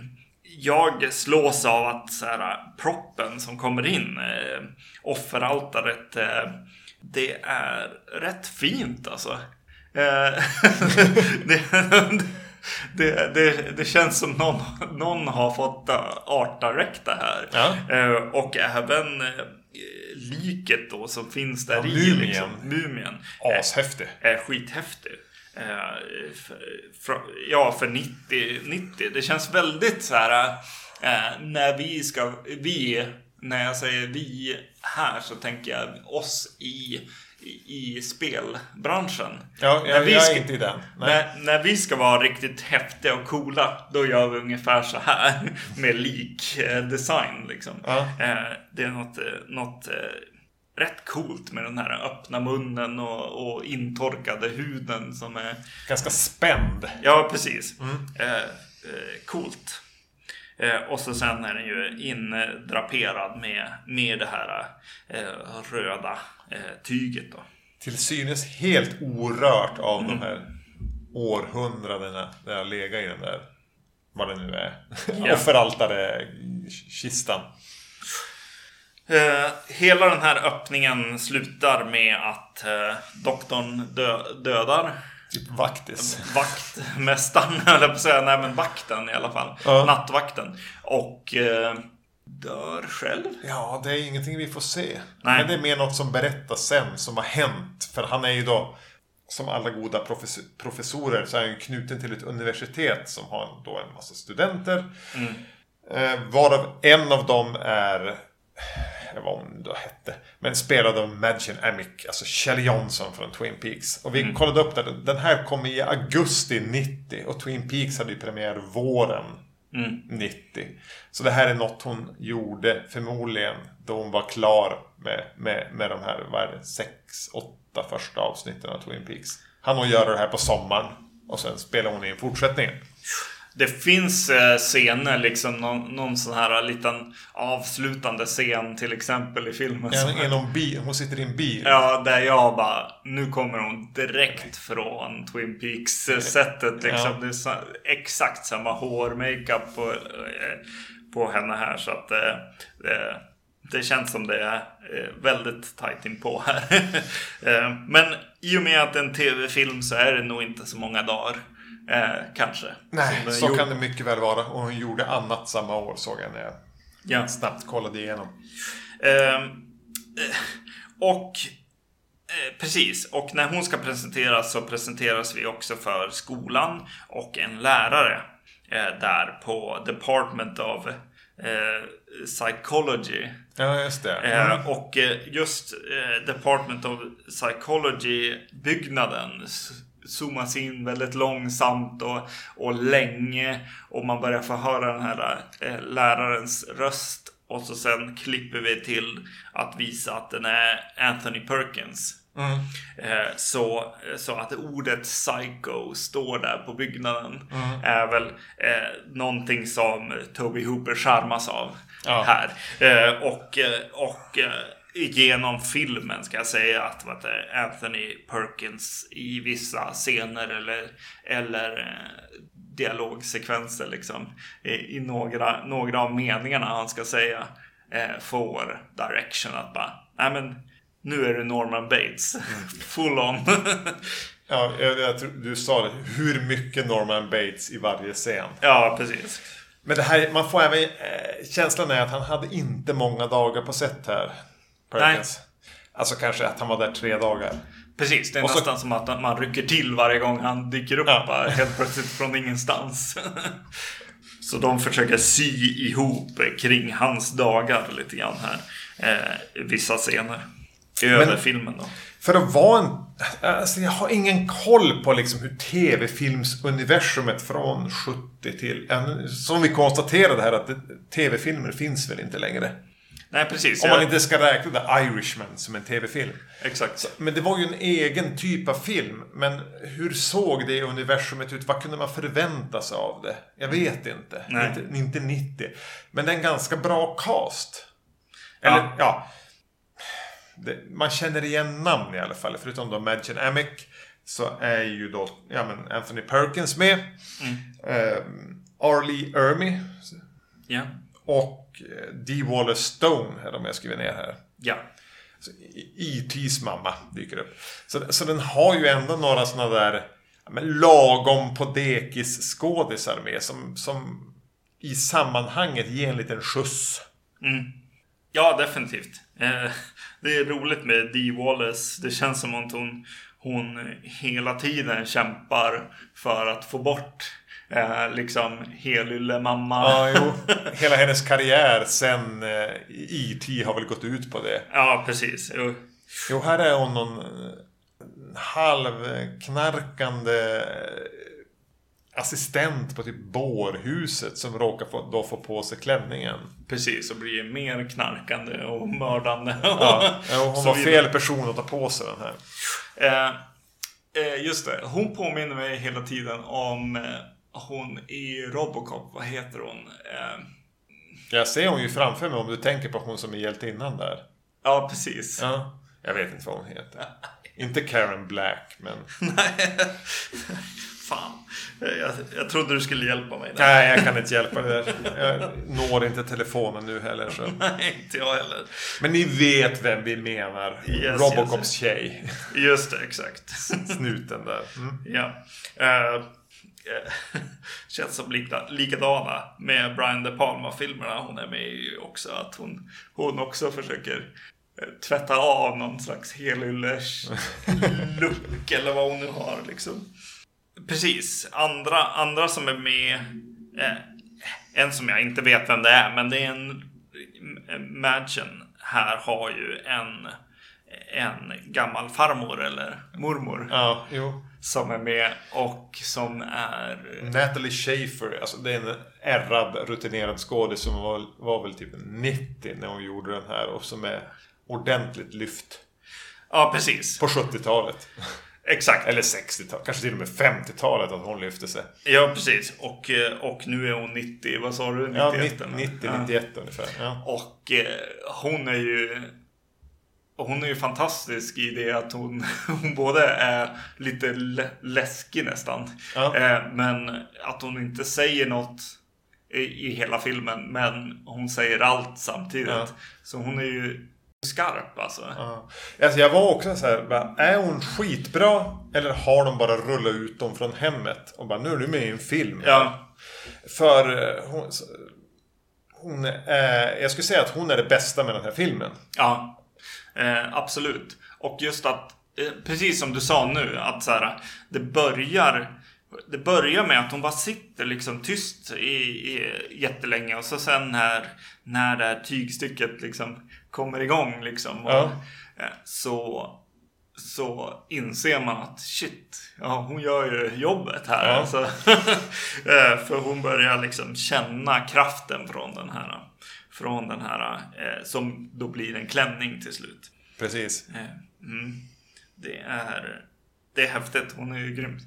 jag slås av att så här, proppen som kommer in, eh, offeraltaret, eh, det är rätt fint alltså. Eh, det, det, det, det känns som någon, någon har fått art directa här. Ja. Eh, och även eh, liket då som finns där ja, i. Mumien. Liksom, mumien. Ashäftig. Är, är skithäftig. Eh, för, för, ja, för nittio, nittio. Det känns väldigt så här eh, när vi ska, vi, när jag säger vi här så tänker jag oss i, i, i spelbranschen. Ja, jag, när vi jag ska, är inte i den. När, när vi ska vara riktigt häftiga och coola, då gör vi ungefär så här med lik-design liksom. Ja. Eh, det är något, något eh, rätt coolt med den här öppna munnen och, och intorkade huden som är ganska spänd. Ja, precis. Mm. Eh, eh, coolt. Eh, och så sen är den ju indraperad med, med det här eh, röda eh, tyget då. Till synes helt orört av mm. de här århundradena där jag legat i den där, vad det nu är, ja. offeraltare kistan. Uh, hela den här öppningen slutar med att uh, doktorn dö- dödar typ vaktis. Vaktmästaren, eller på säga, nej men vakten i alla fall. Ja. Nattvakten. Och uh, dör själv. Ja, det är ingenting vi får se. Nej. Men det är mer något som berättas sen som har hänt. För han är ju då, som alla goda professor- professorer, så är han ju knuten till ett universitet som har då en massa studenter. Mm. Uh, varav en av dem är, vad hon då hette, men spelade av Mädchen Amick, alltså Kjell Jansson från Twin Peaks. Och vi mm. kollade upp det. Den här kom i augusti nittio och Twin Peaks hade ju premiär våren mm. nittio. Så det här är något hon gjorde förmodligen då hon var klar med, med, med de här, vad är det, sex, åtta första avsnitten av Twin Peaks. Han och göra det här på sommaren och sen spelar hon i en fortsättning. Det finns eh, scener, liksom någon, någon sån här liten avslutande scen till exempel i filmen. Ja, en, en bil, hon sitter i en bil. Ja, där jag bara, nu kommer hon direkt från Twin Peaks-sättet. Liksom. Ja. Det är så, exakt samma hår, makeup på, eh, på henne här. Så att eh, det, det känns som det är eh, väldigt tajt in på här. eh, men i och med att en tv-film så är det nog inte så många dagar. Eh, kanske. Nej, så gjorde... kan det mycket väl vara. Och hon gjorde annat samma år, såg jag när jag ja. snabbt kollade igenom. Eh, och eh, precis. Och när hon ska presenteras så presenteras vi också för skolan och en lärare eh, där på Department of eh, Psychology. Ja, just det. Mm. Eh, och just eh, Department of Psychology-byggnaden zoomas in väldigt långsamt och, och länge, och man börjar få höra den här eh, lärarens röst, och så sen klipper vi till att visa att den är Anthony Perkins. Mm. Eh, så, så att ordet psycho står där på byggnaden mm. är väl eh, någonting som Toby Hooper charmas av ja. här. Eh, och och eh, genom filmen ska jag säga att vad det, Anthony Perkins i vissa scener eller, eller eh, dialogsekvenser liksom, i, i några, några av meningarna han ska säga eh, får direction att bara, nej men nu är det Norman Bates mm. full on. Ja, jag, jag tror du sa det, hur mycket Norman Bates i varje scen. Ja, precis. Men det här, man får även eh, känslan är att han hade inte många dagar på set här, Perkins. Nej. Alltså kanske att han var där tre dagar. Precis, det är och nästan så... som att man rycker till varje gång han dyker upp ja. helt plötsligt från ingenstans. Så de försöker sy ihop kring hans dagar lite grann här. Eh, vissa scener över Men, filmen då. För att vara en... Alltså jag har ingen koll på liksom hur tv-filmsuniversumet från sjuttio till... Som vi konstaterade här att tv-filmer finns väl inte längre. Nej, precis. Om man inte ska räkna The Irishman som en tv-film. Exakt. Så, men det var ju en egen typ av film. Men hur såg det universumet ut? Vad kunde man förvänta sig av det? Jag vet inte. Inte, inte nittio. Men det är en ganska bra cast. Eller, ja... ja det, man känner igen namn i alla fall. Förutom då Mädchen Amick så är ju då ja, men Anthony Perkins med. Mm. Um, Arlie Ermy Ja. Och Dee Wallace Stone är de jag skriver ner här. Ja. E T:s mamma dyker upp. Så, så den har ju ändå några såna där men, lagom på dekis skådisar med som, som i sammanhanget ger en liten skjuts. Mm. Ja, definitivt. Eh, det är roligt med Dee Wallace. Det känns som att hon, hon hela tiden kämpar för att få bort eh, liksom helylle mamma. Ja, jo. Hela hennes karriär sen eh, E T har väl gått ut på det. Ja, precis. Jo, jo här är hon någon halvknarkande assistent på typ bårhuset som råkar få, då få på sig klänningen. Precis, och blir mer knarkande och mördande. Ja, hon var fel person att ta på sig den här. Eh, eh, just det, hon påminner mig hela tiden om eh, hon i Robocop, vad heter hon? Eh, jag ser hon ju framför mig om du tänker på hon som är hjältinnan där. Ja, precis. Ja, jag vet inte vad hon heter. Inte Karen Black, men... Nej, fan. Jag, jag trodde du skulle hjälpa mig där. Nej, jag kan inte hjälpa det där. Jag når inte telefonen nu heller. Så. Nej, inte jag heller. Men ni vet vem vi menar. Yes, Robocops yes. tjej. Just det, exakt. Snuten där. Mm. Ja. Uh, känns som lika, likadana med Brian De Palma-filmerna hon är med i också. Att hon, hon också försöker tvätta av någon slags helyllers look eller vad hon nu har liksom. Precis, andra, andra som är med eh, en som jag inte vet vem det är, men det är en Madgen här har ju en en gammal farmor eller mormor. Ja, jo. Som är med och som är Natalie Schafer, alltså det är en ärrad rutinerad skådis som var, var väl typ nittio när hon gjorde den här och som är ordentligt lyft. Ja, precis. På sjuttiotalet. Exakt. Eller sextiotalet, kanske till och med femtiotalet att hon lyfte sig. Ja, precis. Och, och nu är hon nittio, vad sa du? nittioett, ja, nittio nittioett ja. Ungefär. Ja. Och eh, hon är ju hon är ju fantastisk i det att hon, hon både är lite lä- läskig nästan. Ja. Eh, men att hon inte säger något i, i hela filmen, men hon säger allt samtidigt. Ja. Så hon är ju skarp alltså. Ja. Alltså jag var också så här, bara, är hon skitbra eller har de bara rullat ut dem från hemmet och bara nu är du med i en film. Ja. För hon, hon är, jag skulle säga att hon är det bästa med den här filmen. Ja, eh, absolut. Och just att eh, precis som du sa nu att så här, det börjar det börjar med att hon bara sitter liksom tyst i, i jättelänge och så sen när när det här tygstycket liksom kommer igång liksom och, ja. så så inser man att shit, ja, hon gör ju jobbet här. Ja. Alltså. För hon börjar liksom känna kraften från den här från den här eh, som då blir en klänning till slut. Precis. Eh, mm, det är det är häftigt, hon är ju grym.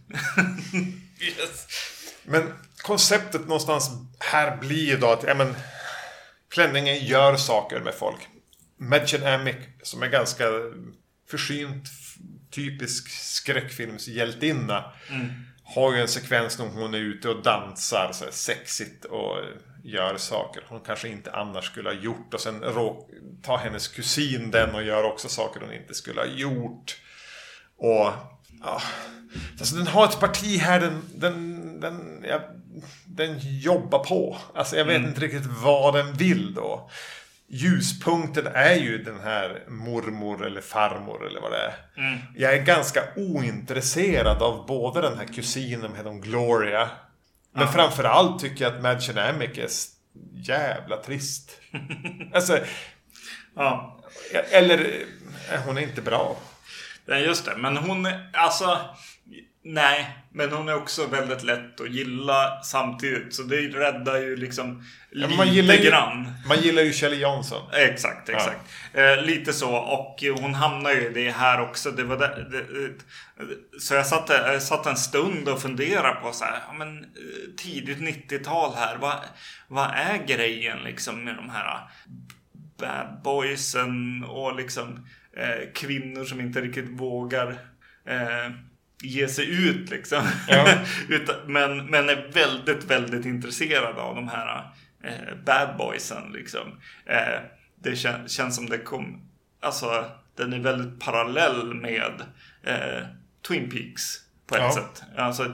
Yes. Men konceptet någonstans här blir då att ja, men, klänningen gör saker med folk. Madgen Amick som är ganska försynt, typisk skräckfilmshjältinna mm. har ju en sekvens när hon är ute och dansar så här, sexigt och gör saker hon kanske inte annars skulle ha gjort och sen rå- tar hennes kusin den och gör också saker hon inte skulle ha gjort. Och ja, alltså den har ett parti här den, den, den, ja, den jobbar på. Alltså jag vet mm. inte riktigt vad den vill då. Ljuspunkten är ju den här mormor eller farmor eller vad det är. Mm. Jag är ganska ointresserad av både den här kusinen med de Gloria. Men ja. Framförallt tycker jag att Madgen Amick är jävla trist. Alltså, ja. Eller hon är inte bra. Nej, just det. Men hon, alltså, nej. Men hon är också väldigt lätt att gilla samtidigt. Så det räddar ju liksom ja, lite man gillar ju, grann. Man gillar ju Shelley Johnson. Exakt, exakt. Ja. Eh, lite så. Och hon hamnar ju det här också. Det var det, det, det, så jag satt, jag satt en stund och funderade på så här. Ja, men, tidigt nittiotal här. Vad, vad är grejen liksom med de här bad boysen och liksom eh, kvinnor som inte riktigt vågar eh, ge sig ut liksom. Ja. Utan, men, men är väldigt, väldigt intresserad av de här eh, Bad Boysen liksom. Eh, det kän- känns som det kom, alltså den är väldigt parallell med eh, Twin Peaks på ett ja. sätt. Alltså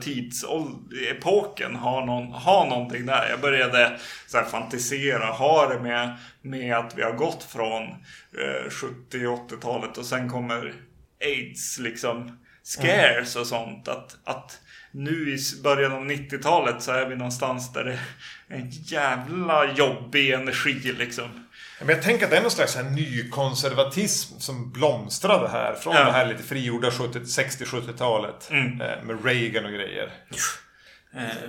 tidsepoken har, någon, har någonting där. Jag började så här fantisera, ha det med, med att vi har gått från eh, sjuttio- och åttiotalet och sen kommer AIDS liksom, scares och sånt. Att, att nu i början av nittiotalet så är vi någonstans där det är en jävla jobbig energi liksom. Men jag tänker att det är någon slags här ny konservatism som blomstrade här. Från ja. det här lite frigjorda sextio-sjuttiotalet. Mm. Med Reagan och grejer. Mm. Eh,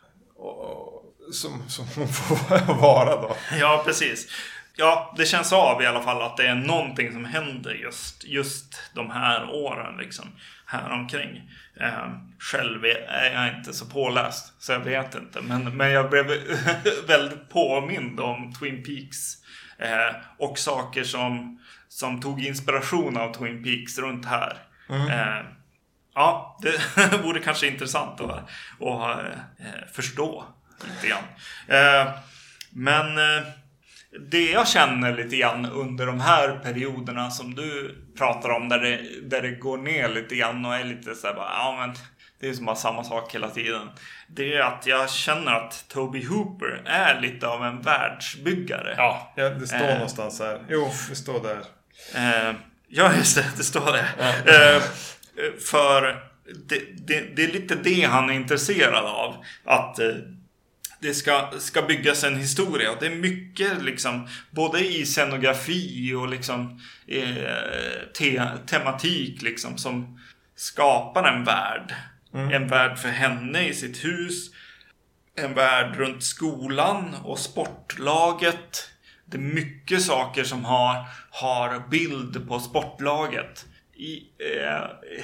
och, som, som hon får vara då. Ja, precis. Ja, det känns av i alla fall att det är någonting som händer just, just de här åren liksom, här omkring. Eh, själv är jag inte så påläst, så jag vet inte. Men, men jag blev väldigt påmind om Twin Peaks. Eh, och saker som, som tog inspiration av Twin Peaks runt här. Mm. Eh, ja, det vore kanske intressant att, att eh, förstå lite grann. Eh, men eh, det jag känner lite grann under de här perioderna som du pratar om, där det, där det går ner lite grann och är lite så här bara, ja men det är som bara samma sak hela tiden. Det är att jag känner att Tobe Hooper är lite av en världsbyggare. Ja, ja det står eh, någonstans här. Jo, det står där. Eh, ja, just det, det står det. Eh, för det, det, det är lite det han är intresserad av. Att eh, det ska, ska byggas en historia. Och det är mycket liksom, både i scenografi och liksom eh, te, tematik liksom, som skapar en värld. Mm. En värld för henne i sitt hus. En värld runt skolan och sportlaget. Det är mycket saker som har, har bild på sportlaget i, eh,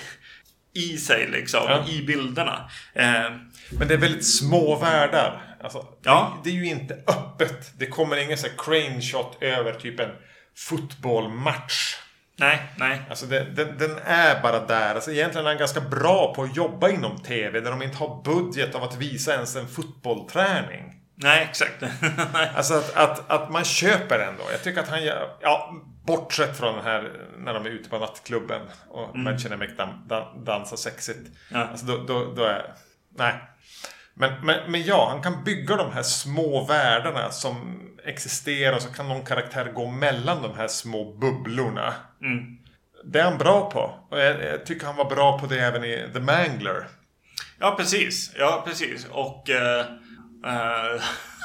i sig liksom, ja. I bilderna. Eh, Men det är väldigt små världar. Alltså, ja. det, det är ju inte öppet. Det kommer ingen så här crane shot över typ en fotbollsmatch. Nej, nej. Alltså det, den, den är bara där. Alltså egentligen är han ganska bra på att jobba inom tv där de inte har budget av att visa ens en fotbollträning. Nej, exakt. Alltså att, att, att man köper den då. Jag tycker att han gör, ja, bortsett från den här när de är ute på nattklubben och mm. människorna med dan, dan, dansar sexigt. Ja. Alltså då, då, då är, nej. Men, men, men ja, han kan bygga de här små världarna som existerar och så kan någon karaktär gå mellan de här små bubblorna. Mm. Det är han bra på. Och jag, jag tycker han var bra på det även i The Mangler. Ja, precis. Ja, precis. Och äh, äh,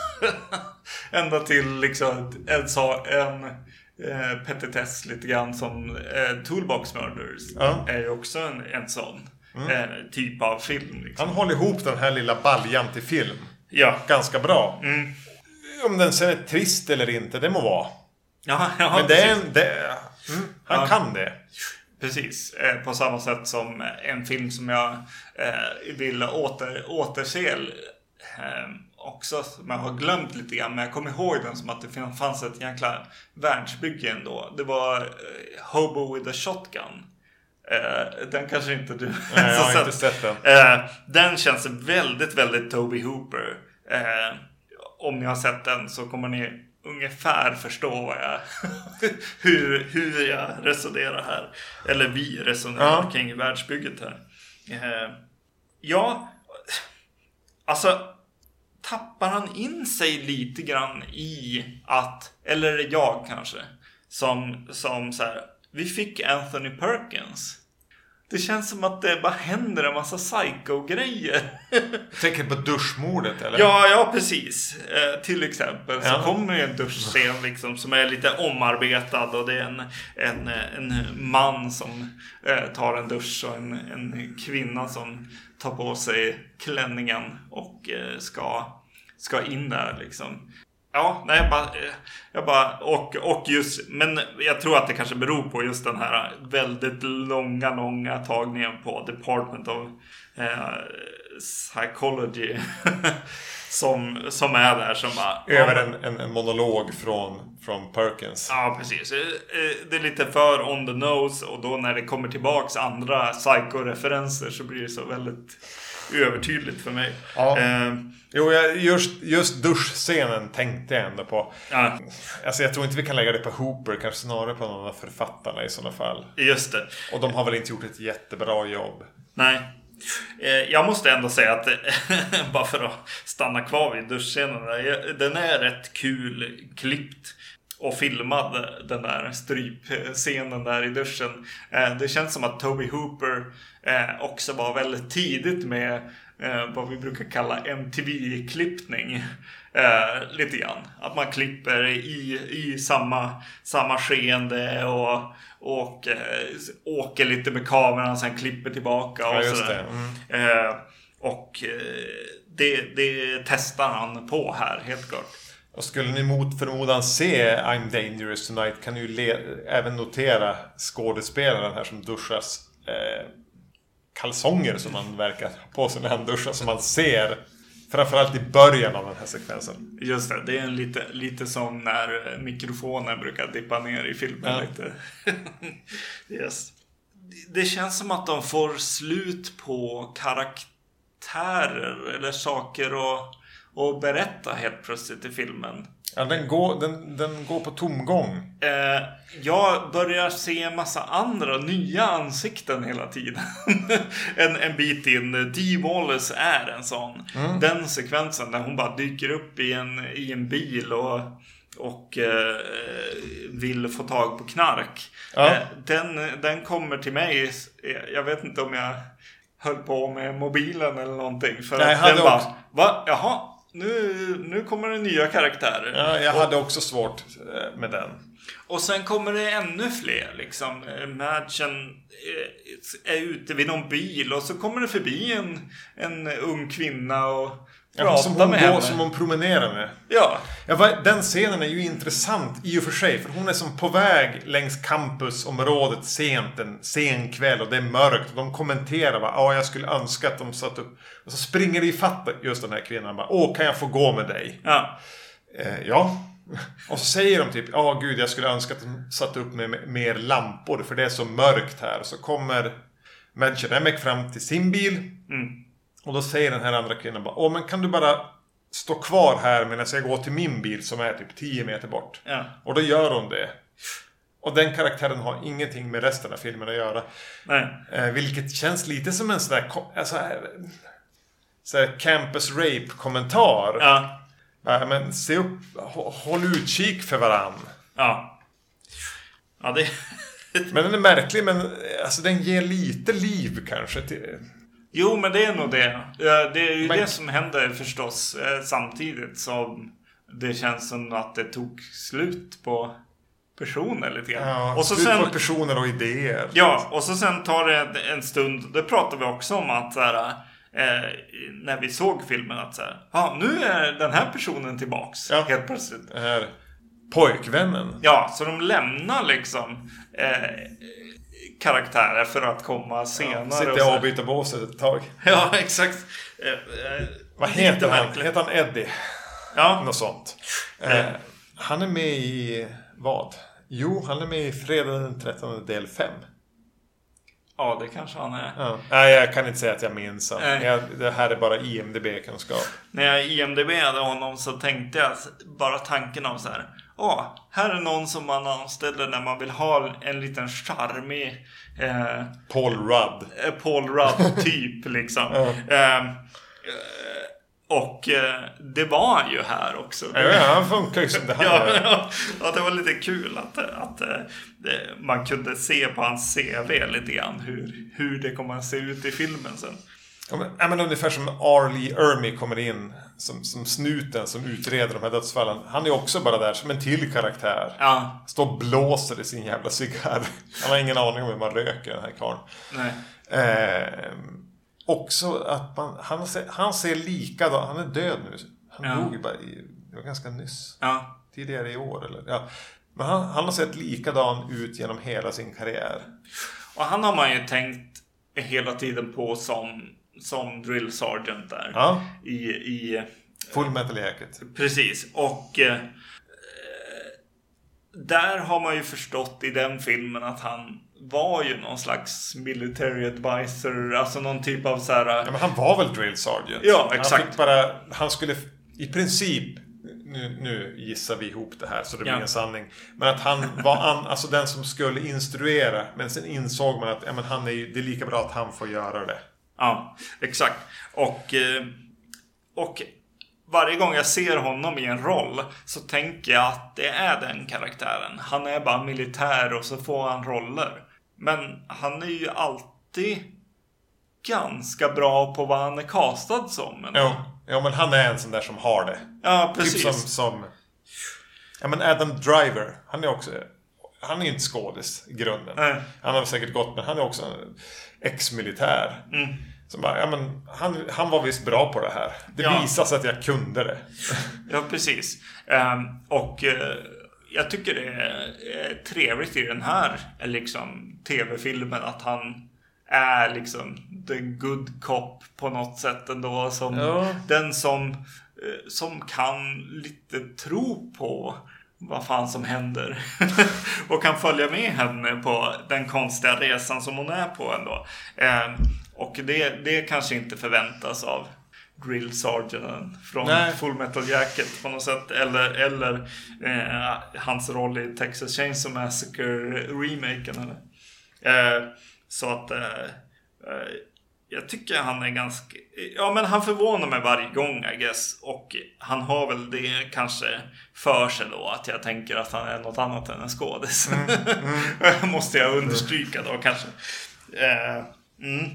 ända till liksom en, en äh, petitess lite grann som äh, Toolbox Murders ja. Är ju också en, en sån. Mm. Eh, typ av film liksom. Han håller ihop den här lilla baljan till film. Ja. Ganska bra. Mm. Om den sen är trist eller inte, det må vara. Ja, ja, men det är en, det, mm, han ja. Kan det. Precis. Eh, på samma sätt som en film som jag eh, vill åter, återse eh, också. Som jag har glömt lite grann. Men jag kommer ihåg den som att det fanns ett jäkla världsbygge ändå. Det var eh, Hobo with a Shotgun. Uh, den kanske inte du Nej, jag har inte sett den. Uh, den känns väldigt, väldigt Tobe Hooper. Uh, om ni har sett den så kommer ni ungefär förstå vad jag hur, hur jag resonerar här. Eller vi resonerar ja. Kring världsbygget här. Uh, ja, alltså tappar han in sig lite grann i att, eller är det jag kanske, som, som så här, vi fick Anthony Perkins. Det känns som att det bara händer en massa psycho-grejer. Tänker på duschmordet, eller? Ja, ja, precis. Eh, till exempel så ja. Kommer det en duschscen liksom, som är lite omarbetad. Och det är en, en, en man som eh, tar en dusch och en, en kvinna som tar på sig klänningen och eh, ska, ska in där liksom. Ja, nej, jag bara, jag bara och, och just, men jag tror att det kanske beror på just den här väldigt långa, långa tagningen på Department of eh, psychology som, som är där som bara... Över en, en, en monolog från, från Perkins. Ja, precis. Det är lite för on the nose, och då när det kommer tillbaks andra psycho-referenser så blir det så väldigt övertydligt för mig. Ja. Eh, jo, jag, just, just duschscenen tänkte jag ändå på. Ja. Alltså jag tror inte vi kan lägga det på Hooper, kanske snarare på någon av författarna i sådana fall. Just det. Och de har väl inte gjort ett jättebra jobb. Nej. Eh, jag måste ändå säga att bara för att stanna kvar vid duschscenen där, den är rätt kul klippt och filmad, den där strypscenen där i duschen. Eh, det känns som att Toby Hooper eh, också var väldigt tidigt med eh, vad vi brukar kalla M T V-klippning. Eh, lite grann. Att man klipper i, i samma, samma skeende och, och eh, åker lite med kameran, sen klipper tillbaka och ja, just sådär. det. Mm. Eh, och eh, det, det testar han på här, helt klart. Och skulle ni mot förmodan se I'm Dangerous Tonight kan ni ju le- även notera skådespelaren här som duschas eh, kalsonger som man verkar ha på sig när han duschar, som man ser framförallt i början av den här sekvensen. Just det, det är en lite, lite som när mikrofonen brukar dippa ner i filmen. Ja. Lite. Yes. Det känns som att de får slut på karaktärer eller saker och och berätta helt plötsligt i filmen. Ja, den går, den, den går på tomgång. Eh, jag börjar se en massa andra nya ansikten hela tiden. en, en bit in. Dee Wallace är en sån. Mm. Den sekvensen där hon bara dyker upp i en, i en bil och, och eh, vill få tag på knark. Ja. Eh, den, den kommer till mig. Jag vet inte om jag höll på med mobilen eller någonting. För Nej, att den bara, också... va? Jaha. Nu, nu kommer det nya karaktärer. Ja, jag och, hade också svårt med den. Och sen kommer det ännu fler. Liksom. Madgen är ute vid någon bil och så kommer det förbi en, en ung kvinna och ja, som hon med går, henne. Som hon promenerar med. Ja. Ja, den scenen är ju intressant i och för sig. För hon är som på väg längs campusområdet sent, en sen kväll. Och det är mörkt. Och de kommenterar bara, ja, jag skulle önska att de satt upp. Och så springer det i fatt just den här kvinnan. Bara, åh, kan jag få gå med dig? Ja. Eh, ja. Och så säger de typ, ja gud, jag skulle önska att de satt upp med mer lampor. För det är så mörkt här. Och så kommer Madge Remek fram till sin bil. Mm. Och då säger den här andra kvinnan bara, åh, men kan du bara stå kvar här medan jag går till min bil som är typ tio meter bort. Ja. Och då gör hon det. Och den karaktären har ingenting med resten av filmen att göra. Nej. Eh, vilket känns lite som en sån där, alltså, så här campus rape-kommentar. Ja. Ja, men se upp, håll utkik för varann. Ja. Ja, det... Men den är märklig, men alltså, den ger lite liv kanske till... Jo, men det är nog det. Det är ju men... det som händer förstås samtidigt som det känns som att det tog slut på personer lite grann. Ja, och så slut sen... på personer och idéer. Ja, och så sen tar det en stund, det pratar vi också om att så här, eh, när vi såg filmen att så här, ja, nu är den här personen tillbaks, ja. Helt plötsligt. Den här pojkvännen. Ja, så de lämnar liksom... Eh, karaktärer för att komma senare. Ja, sitter jag och byter båset ett tag. Ja, exakt. Eh, eh, Vad heter han? Heter han Eddie? Ja. Något sånt. Eh, han är med i vad? Jo, han är med i Fredag den trettonde del fem. Ja, det kanske han är. Ja. Nej, jag kan inte säga att jag minns han. Jag, det här är bara I M D B-kunskap. När jag I M D B-ade honom så tänkte jag bara tanken om så här. Åh, här är någon som man anställer när man vill ha en liten charmig eh, Paul Rudd eh, Paul Rudd typ liksom. Ja. eh, Och eh, det var han ju här också. Ja, ja, han funkar ju som det här. ja, ja, ja, det var lite kul att, att, att man kunde se på hans C V lite grann hur, hur det kommer att se ut i filmen sen. Ja, men, ja, men ungefär som R. Lee Ermey kommer in som, som snuten som utreder de här dödsfallen. Han är också bara där som en till karaktär. Ja. Står och blåser i sin jävla cigarr. Han har ingen aning om hur man röker, den här karln. Nej. Eh, också att man, han, ser, han ser likadan. Han är död nu. Han ja. dog ju bara i, det var ganska nyss. Ja. Tidigare i år. Eller, ja. Men han, han har sett likadan ut genom hela sin karriär. Och han har man ju tänkt hela tiden på som som Drill Sergeant där. Ja. I, i Full Metal Jacket. Precis. Och eh, där har man ju förstått i den filmen att han var ju någon slags military advisor, alltså någon typ av så här. Ja, men han var väl Drill Sergeant. Ja, exakt. Han fick bara, han skulle i princip, nu, nu gissar vi ihop det här så det blir ja. en sanning, men att han var an, alltså den som skulle instruera, men sen insåg man att ja, men han är ju, det är lika bra att han får göra det. Ja, exakt. Och och varje gång jag ser honom i en roll så tänker jag att det är den karaktären. Han är bara militär och så får han roller. Men han är ju alltid ganska bra på vad han är castad som. Ja, ja, men han är en sån där som har det. Ja, precis. Typ som, som ja, men Adam Driver. Han är också, han är ju inte skådis i grunden. Nej. Han har säkert gått, men han är också en ex-militär. Mm. Som bara, ja, men han, han var visst bra på det här. Det ja. visas att jag kunde det. Ja, precis. Um, och uh, jag tycker det är trevligt i den här liksom, tv-filmen att han är liksom the good cop på något sätt ändå. Som ja. Den som, uh, som kan lite tro på vad fan som händer. Och kan följa med henne på den konstiga resan som hon är på ändå. Um, Och det, det kanske inte förväntas av Drill Sergeant från Nej. Full Metal Jacket på något sätt. Eller, eller eh, hans roll i Texas Chainsaw Massacre-remaken. Eller? Eh, så att eh, eh, jag tycker han är ganska... Ja, men han förvånar mig varje gång, I guess. Och han har väl det kanske för sig då. Att jag tänker att han är något annat än en skådis. Mm. Mm. Måste jag understryka då kanske. Eh, mm.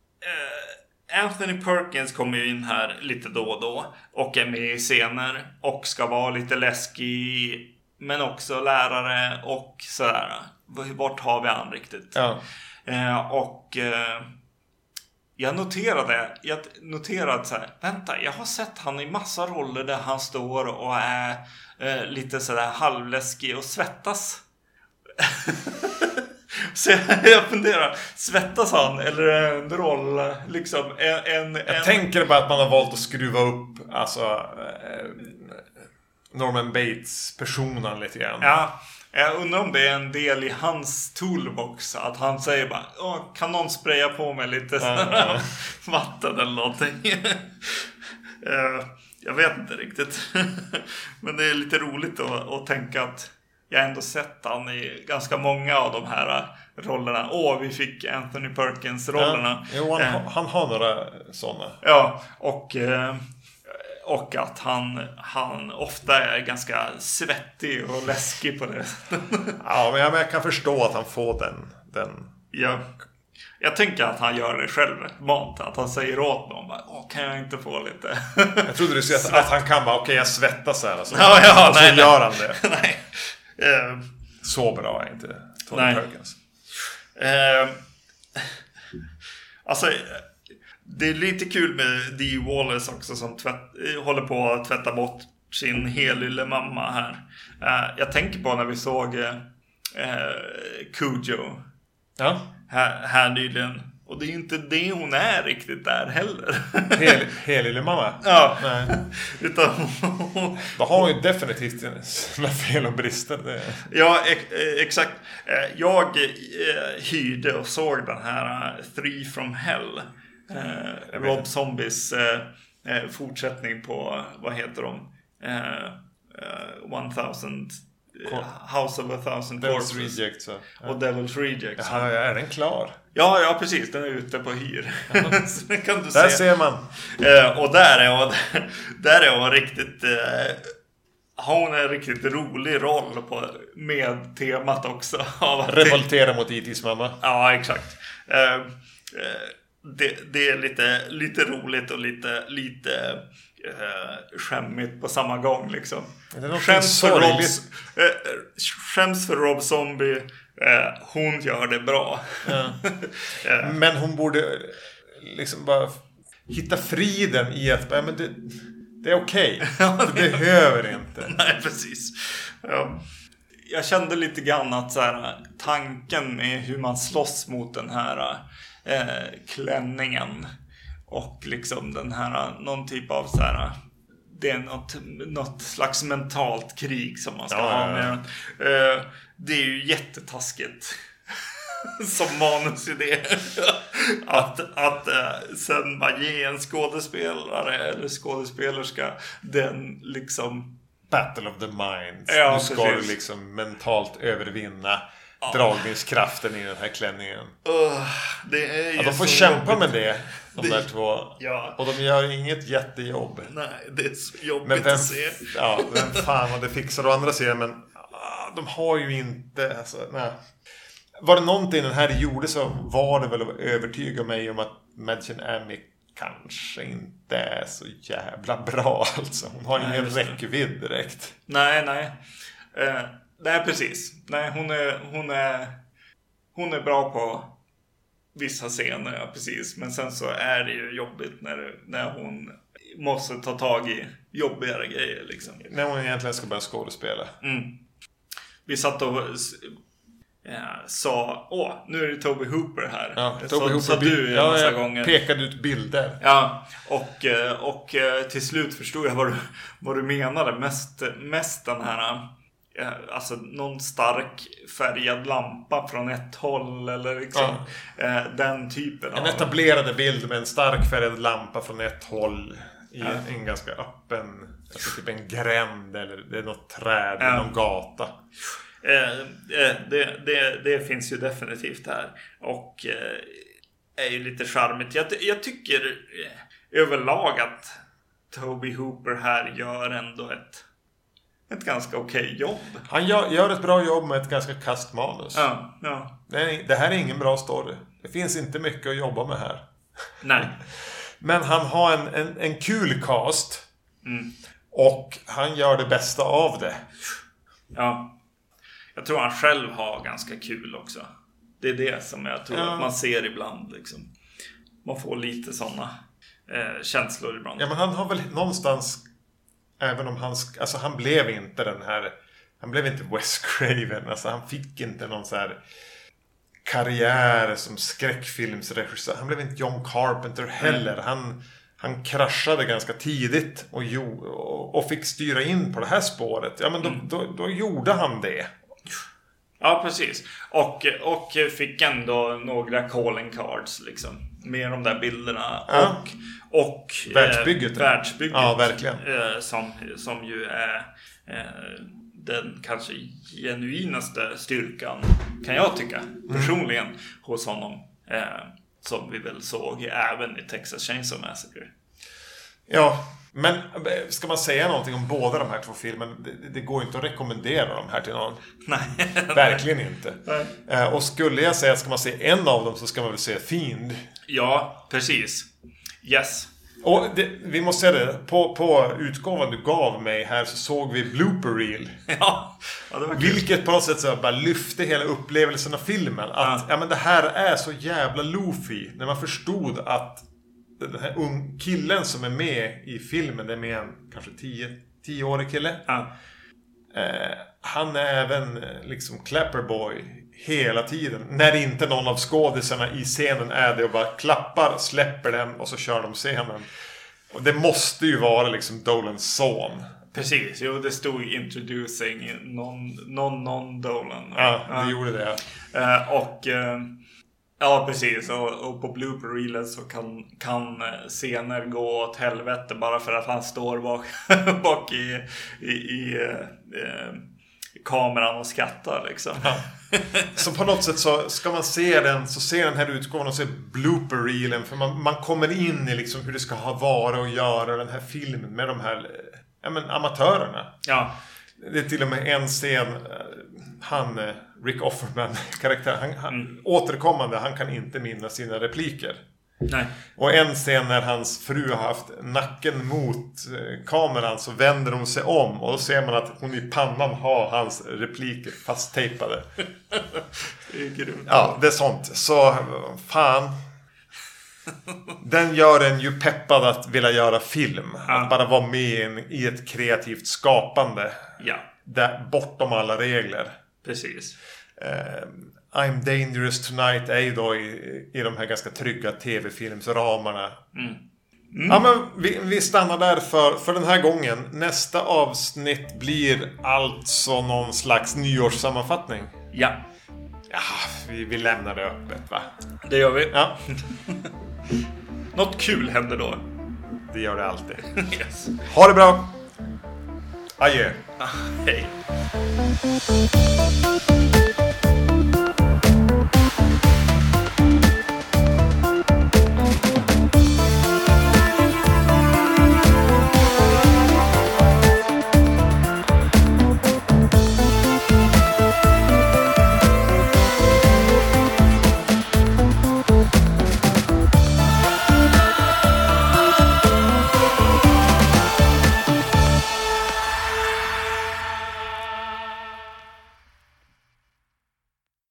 Uh, Anthony Perkins kommer ju in här lite då och då och är med i scener och ska vara lite läskig, men också lärare och sådär. Vart har vi han riktigt? Ja. Uh, och uh, jag noterade jag noterade så här, vänta, jag har sett han i massa roller där han står och är uh, lite sådär halvläskig och svettas. Så jag, jag funderar, svettas han eller en roll liksom en, en, Jag en... tänker bara att man har valt att skruva upp alltså eh, Norman Bates personen lite grann. Ja, jag undrar om det är en del i hans toolbox att han säger bara, åh, kan någon spraya på mig lite ja, ja. vatten eller någonting. uh, jag vet inte riktigt. Men det är lite roligt att, att tänka att jag ändå sett han i ganska många av de här rollerna. Åh, vi fick Anthony Perkins-rollerna. Ja, jo, han, eh. han har några sådana. Ja, och, eh, och att han, han ofta är ganska svettig och läskig på det. Ja, men jag, men jag kan förstå att han får den. den. Ja, jag tänker att han gör det själv mant. Att han säger åt någon bara, åh, kan jag inte få lite? Jag trodde du skulle säga att han kan bara, okej, okay, jag svettas här. Alltså. Ja, ja, och så nej, gör han det. Nej. Uh, så bra är inte Tony nej. Perkins. Uh, alltså, det är lite kul med Dee Wallace också som tvätt, håller på att tvätta bort sin helylle mamma här. Uh, jag tänker på när vi såg uh, Cujo ja. här, här nyligen. Och det är inte det hon är riktigt där heller. Hel, helylle mamma? Ja. Nej. Utan då har hon ju definitivt sina fel och brister. Det. Ja, exakt. Jag hyrde och såg den här Three from Hell. Rob Zombies fortsättning på, vad heter de? One thousand... House of a thousand corpses. Reject, så. Ja. Och Devil's Reject. Jaha, är den klar? Ja, ja, precis. Den är ute på hyr. Så det kan du där se. ser man. Eh, och där är hon, där är hon riktigt... Eh, hon är en riktigt rolig roll på, med temat också. Av revoltera mot I T's mamma. Ja, exakt. Eh, eh, det, det är lite, lite roligt och lite... lite Uh, skämmigt på samma gång liksom. Skäms för, Rob, uh, skäms för Rob Zombie. uh, Hon gör det bra. Ja. uh. Men hon borde liksom bara hitta friden i att ja, men det, det är okej. Okay. Du behöver inte. Nej, precis. Ja. Jag kände lite grann att så här, tanken med hur man slåss mot den här uh, klänningen och liksom den här, någon typ av så här, det är något, något slags mentalt krig som man ska ja, ha ja, med ja. Det är ju jättetaskigt som manusidé att, att sen bara ge en skådespelare eller skådespelerska den liksom Battle of the Minds. Ja, nu ska precis. du liksom mentalt övervinna ja. dragningskraften i den här klänningen. Uh, det är ju ja, de får så kämpa jobbigt. med det, de det, där två. Ja. Och de gör inget jättejobb. Nej, det är så jobbigt men vem, att se. Ja, vem fan vad det fixar å andra sidan. Men ah, de har ju inte... Alltså, nej. Var det någonting den här gjorde så var det väl att övertyga mig om att Madeleine Amy kanske inte är så jävla bra. Alltså. Hon har nej, ingen räckvidd direkt. Nej, nej. Uh, nej, precis. Nej, hon är, hon är, hon är bra på vissa scener, ja, precis. Men sen så är det ju jobbigt när, när hon måste ta tag i jobbigare grejer. Liksom. När hon egentligen ska börja skådespela. Mm. Vi satt och ja, sa, åh, nu är det Toby Hooper här. Ja, så, Toby Hooper så du en ja, massa jag gånger. Pekade ut bilder. Ja, och, och till slut förstod jag vad du, vad du menade. Mest, mest den här, alltså någon stark färgad lampa från ett håll eller liksom ja. den typen en av... En etablerade bild med en stark färgad lampa från ett håll i ja. en ganska öppen, alltså typ en gränd eller det är något träd ja. någon gata. Eh, det, det, det finns ju definitivt här och eh, är ju lite charmigt. Jag, jag tycker eh, överlag att Toby Hooper här gör ändå ett ett ganska okej okay jobb. Han gör, gör ett bra jobb med ett ganska kast manus. Ja, ja. Det, är, det här är ingen bra story. Det finns inte mycket att jobba med här. Nej. Men han har en, en, en kul cast. Mm. Och han gör det bästa av det. Ja. Jag tror han själv har ganska kul också. Det är det som jag tror ja. att man ser ibland. Liksom. Man får lite sådana eh, känslor ibland. Ja, men han har väl någonstans... Även om han... Alltså han blev inte den här... Han blev inte Wes Craven. Alltså han fick inte någon så här... karriär som skräckfilmsregissör. Han blev inte John Carpenter heller. Mm. Han, han kraschade ganska tidigt. Och, jo, och, och fick styra in på det här spåret. Ja, men då, mm. då, då gjorde han det. Ja, precis. Och, och fick ändå några calling cards liksom. Med de där bilderna. Ja. Och, och världsbygget. Eh, världsbygget. Ja, verkligen. Eh, som, som ju är eh, den kanske genuinaste styrkan, kan jag tycka, personligen, mm. hos honom. Eh, som vi väl såg även i Texas Chainsaw Massacre. Ja, men ska man säga någonting om båda de här två filmerna? Det, det går inte att rekommendera dem här till någon. Nej. Verkligen inte. Nej. Eh, och skulle jag säga att ska man se en av dem så ska man väl se Fiend. Ja, precis. Yes. Och det, vi måste säga det, på, på utgåvan du gav mig här så såg vi blooper reel. Ja, ja det var kul. Vilket på något sätt så bara lyfte hela upplevelsen av filmen. Att ja. Ja, men det här är så jävla loofy. När man förstod att den här ung killen som är med i filmen, det är med en kanske tio, tioårig kille. Ja. Eh, han är även liksom Clapperboy hela tiden. När inte någon av skådisarna i scenen är det och bara klappar, släpper den och så kör de scenen. Och det måste ju vara liksom Dolans son. Precis, jo det stod introducing non, non, non Dolan. Ja, det ja. gjorde det. Uh, och uh, ja, precis. Och, och på blooper reelen så kan, kan scener gå åt helvete bara för att han står bak, bak i, i, i uh, kameran och skrattar liksom. Ja. Så på något sätt så ska man se den, så ser den här utgåvan och se blooper reelen, för man, man kommer in i liksom hur det ska ha vara och göra den här filmen med de här ja, men, amatörerna. Ja. Det är till och med en scen, han, Rick Offerman karaktär, han, han mm. återkommande, han kan inte minnas sina repliker. Nej. Och en scen när hans fru har haft nacken mot eh, kameran så vänder hon sig om och då ser man att hon i pannan har hans repliker fasttejpade. Det är grymt. Ja, det är sånt. Så fan. Den gör en ju peppad att vilja göra film. Ja. Att bara vara med i, en, i ett kreativt skapande. Ja. Där, bortom alla regler. Precis. Eh, I'm Dangerous Tonight är ju då i, i de här ganska trygga tv-filmsramarna. Mm. Mm. Ja, men vi, vi stannar där för, för den här gången. Nästa avsnitt blir alltså någon slags nyårssammanfattning. Ja. Ja, vi, vi lämnar det öppet, va? Det gör vi. Ja. Något kul händer då. Det gör det alltid. Yes. Ha det bra. Adjö. Ah, hej.